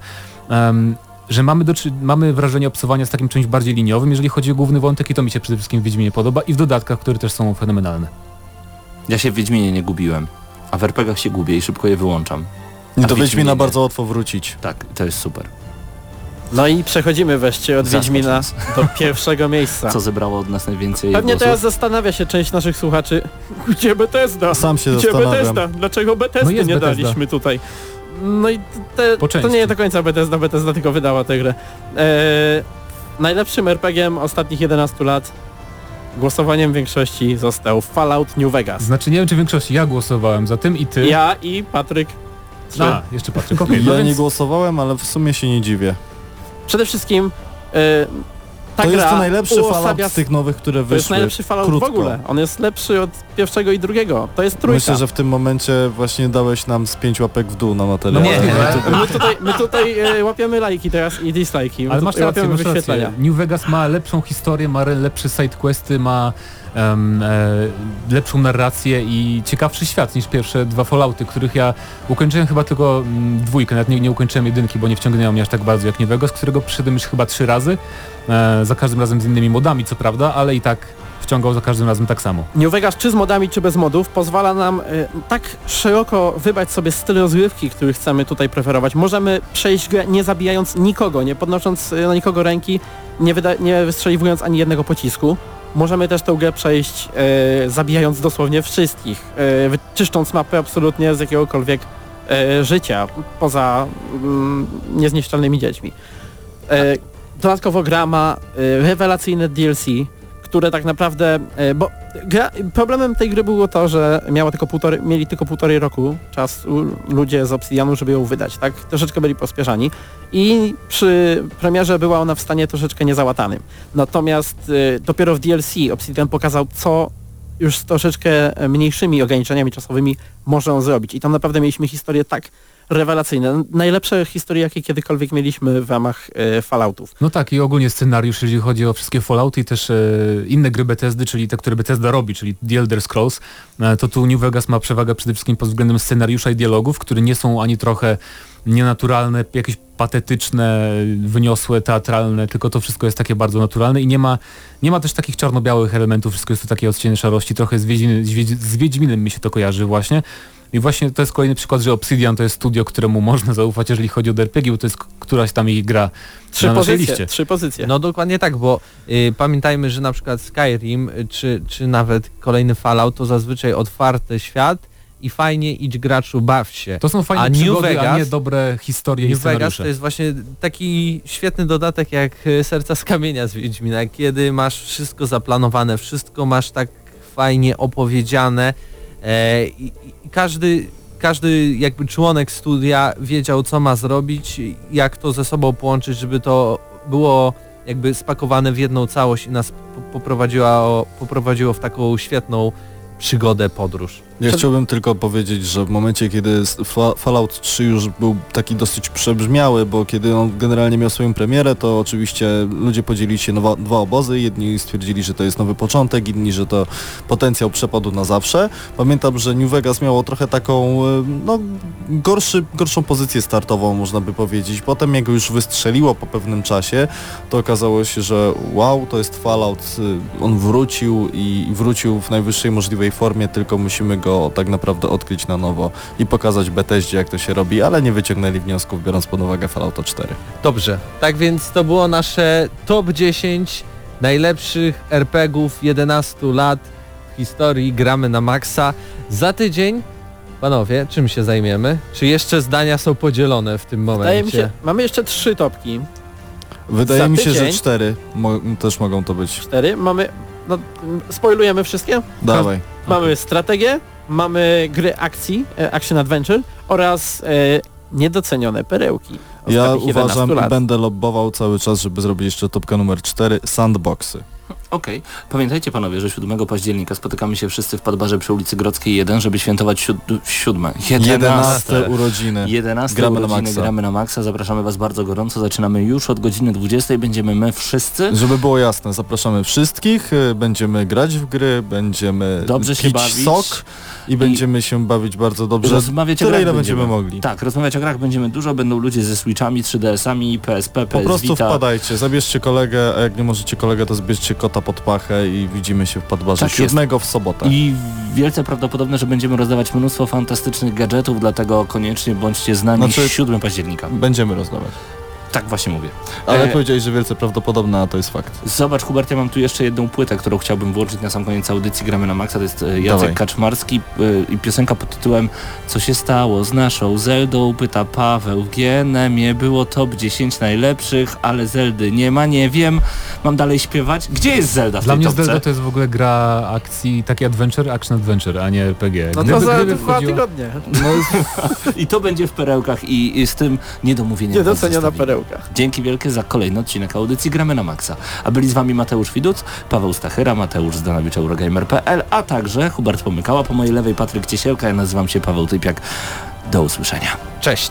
że mamy wrażenie obcowania z takim czymś bardziej liniowym, jeżeli chodzi o główny wątek i to mi się przede wszystkim w Wiedźminie podoba i w dodatkach, które też są fenomenalne. Ja się w Wiedźminie nie gubiłem, a w RPGach się gubię i szybko je wyłączam. I do Wiedźmina bardzo łatwo wrócić. Tak, to jest super. No i przechodzimy wreszcie od Wiedźmina do pierwszego miejsca. Co zebrało od nas najwięcej Pewnie głosów? teraz zastanawia się część naszych słuchaczy, gdzie Bethesda? Sam się gdzie zastanawiam. Bethesda? Dlaczego Bethesdy nie Bethesda. daliśmy tutaj? No i to nie do końca Bethesda tylko wydała tę grę. Najlepszym RPG-iem ostatnich 11 lat głosowaniem większości został Fallout New Vegas. Znaczy nie wiem, czy w większości ja głosowałem za tym i ty. Ja i Patryk. Jeszcze Patryk. Okay, ja nie głosowałem, ale w sumie się nie dziwię. Przede wszystkim ta to gra jest to najlepszy Fallout z tych nowych, które wyszły. To jest najlepszy Fallout krótko. w ogóle. On jest lepszy od pierwszego i drugiego. To jest trójka. Myślę, że w tym momencie właśnie dałeś nam z 5 łapek w dół na materiał. No nie, my tutaj łapiemy lajki teraz i dislajki. Ale masz rację. New Vegas ma lepszą historię, ma lepsze sidequesty, ma lepszą narrację i ciekawszy świat niż pierwsze dwa Fallouty, których ja ukończyłem chyba tylko dwójkę, nawet nie ukończyłem jedynki, bo nie wciągnęło mnie aż tak bardzo jak New Vegas, którego przyszedłem już chyba 3 razy, za każdym razem z innymi modami co prawda, ale i tak wciągał za każdym razem tak samo. New Vegas czy z modami, czy bez modów pozwala nam tak szeroko wybrać sobie styl rozgrywki, który chcemy tutaj preferować. Możemy przejść grę nie zabijając nikogo, nie podnosząc na nikogo ręki, nie wystrzeliwując ani jednego pocisku. Możemy też tę grę przejść zabijając dosłownie wszystkich, czyszcząc mapę absolutnie z jakiegokolwiek życia, poza niezniszczalnymi dziećmi. Dodatkowo gra ma rewelacyjne DLC, które tak naprawdę, bo problemem tej gry było to, że mieli tylko półtorej roku czasu ludzie z Obsidianu, żeby ją wydać, tak? Troszeczkę byli pospieszani i przy premierze była ona w stanie troszeczkę niezałatanym. Natomiast dopiero w DLC Obsidian pokazał, co już z troszeczkę mniejszymi ograniczeniami czasowymi można zrobić i tam naprawdę mieliśmy historię tak rewelacyjne. Najlepsze historie, jakie kiedykolwiek mieliśmy w ramach Falloutów. No tak i ogólnie scenariusz, jeżeli chodzi o wszystkie Fallouty i też inne gry Bethesdy, czyli te, które Bethesda robi, czyli The Elder Scrolls, to tu New Vegas ma przewagę przede wszystkim pod względem scenariusza i dialogów, które nie są ani trochę nienaturalne, jakieś patetyczne, wyniosłe, teatralne, tylko to wszystko jest takie bardzo naturalne i nie ma też takich czarno-białych elementów, wszystko jest to takie odcienie szarości, trochę z Wiedźminem mi się to kojarzy właśnie. I właśnie to jest kolejny przykład, że Obsidian to jest studio, któremu można zaufać, jeżeli chodzi o RPG, bo to jest któraś tam ich gra na naszej liście. 3 pozycje. No dokładnie tak, bo pamiętajmy, że na przykład Skyrim czy nawet kolejny Fallout to zazwyczaj otwarty świat i fajnie, idź graczu, baw się. To są fajne przygody, a nie dobre historie i scenariusze. New Vegas to jest właśnie taki świetny dodatek jak Serca z kamienia z Wiedźmina, kiedy masz wszystko zaplanowane, wszystko masz tak fajnie opowiedziane i każdy jakby członek studia wiedział, co ma zrobić, jak to ze sobą połączyć, żeby to było jakby spakowane w jedną całość i nas poprowadziło w taką świetną przygodę, podróż. Ja chciałbym tylko powiedzieć, że w momencie, kiedy Fallout 3 już był taki dosyć przebrzmiały, bo kiedy on generalnie miał swoją premierę, to oczywiście ludzie podzielili się na dwa obozy. Jedni stwierdzili, że to jest nowy początek, inni, że to potencjał przepadł na zawsze. Pamiętam, że New Vegas miało trochę taką gorszą pozycję startową, można by powiedzieć. Potem jak już wystrzeliło po pewnym czasie, to okazało się, że wow, to jest Fallout, on wrócił i wrócił w najwyższej możliwej formie, tylko musimy go tak naprawdę odkryć na nowo i pokazać Bethesdzie, jak to się robi, ale nie wyciągnęli wniosków, biorąc pod uwagę Fallouta 4. Dobrze, tak więc to było nasze top 10 najlepszych RPGów 11 lat w historii Gramy na Maxa. Za tydzień, panowie, czym się zajmiemy? Czy jeszcze zdania są podzielone w tym momencie? Wydaje mi się, mamy jeszcze 3 topki. Wydaje mi się, że 4 też mogą to być. 4? Mamy, spoilujemy wszystkie? Dawaj. Mamy strategię, mamy gry akcji, Action Adventure oraz niedocenione perełki. Ja uważam i będę lobbował cały czas, żeby zrobić jeszcze topkę numer 4, sandboxy. Okej. Pamiętajcie panowie, że 7 października spotykamy się wszyscy w Podbarze przy ulicy Grodzkiej 1, żeby świętować 11 urodziny. 11 Gramy na Maxa. Zapraszamy was bardzo gorąco. Zaczynamy już od godziny 20. Będziemy my wszyscy. Żeby było jasne, zapraszamy wszystkich. Będziemy grać w gry, będziemy dobrze się bawić. sok i będziemy się bawić bardzo dobrze. Rozmawiać tyle, ile będziemy mogli. Tak, rozmawiać o grach będziemy dużo. Będą ludzie ze Switchami, 3DS-ami, PSP, PS Po prostu Vita. wpadajcie, zabierzcie kolegę, a jak nie możecie kolegę, to zbierzcie kota pod pachę i widzimy się w Podbarze 7 w sobotę. I wielce prawdopodobne, że będziemy rozdawać mnóstwo fantastycznych gadżetów, dlatego koniecznie bądźcie z nami 7 października. Będziemy rozdawać. Tak właśnie mówię. Ale powiedziałeś, że wielce prawdopodobne, a to jest fakt. Zobacz, Hubert, ja mam tu jeszcze jedną płytę, którą chciałbym włączyć na sam koniec audycji Gramy na Maxa. To jest Jacek Kaczmarski i piosenka pod tytułem Co się stało z naszą Zeldą? Pyta Paweł. W GNM-ie było top 10 najlepszych, ale Zeldy nie ma, nie wiem. Mam dalej śpiewać? Gdzie jest Zelda w Dla tej mnie topce? Zelda to jest w ogóle gra akcji, taki action adventure, a nie RPG. No to za 2 tygodnie. I to będzie w perełkach i z tym niedomówieniem. Niedoceniona perełka. Dzięki wielkie za kolejny odcinek audycji Gramy na Maxa. A byli z wami Mateusz Widuc, Paweł Stachyra, Mateusz Zdanowicz, Eurogamer.pl, a także Hubert Pomykała, po mojej lewej Patryk Ciesielka, ja nazywam się Paweł Typiak. Do usłyszenia. Cześć.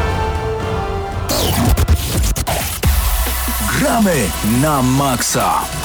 Gramy na Maxa.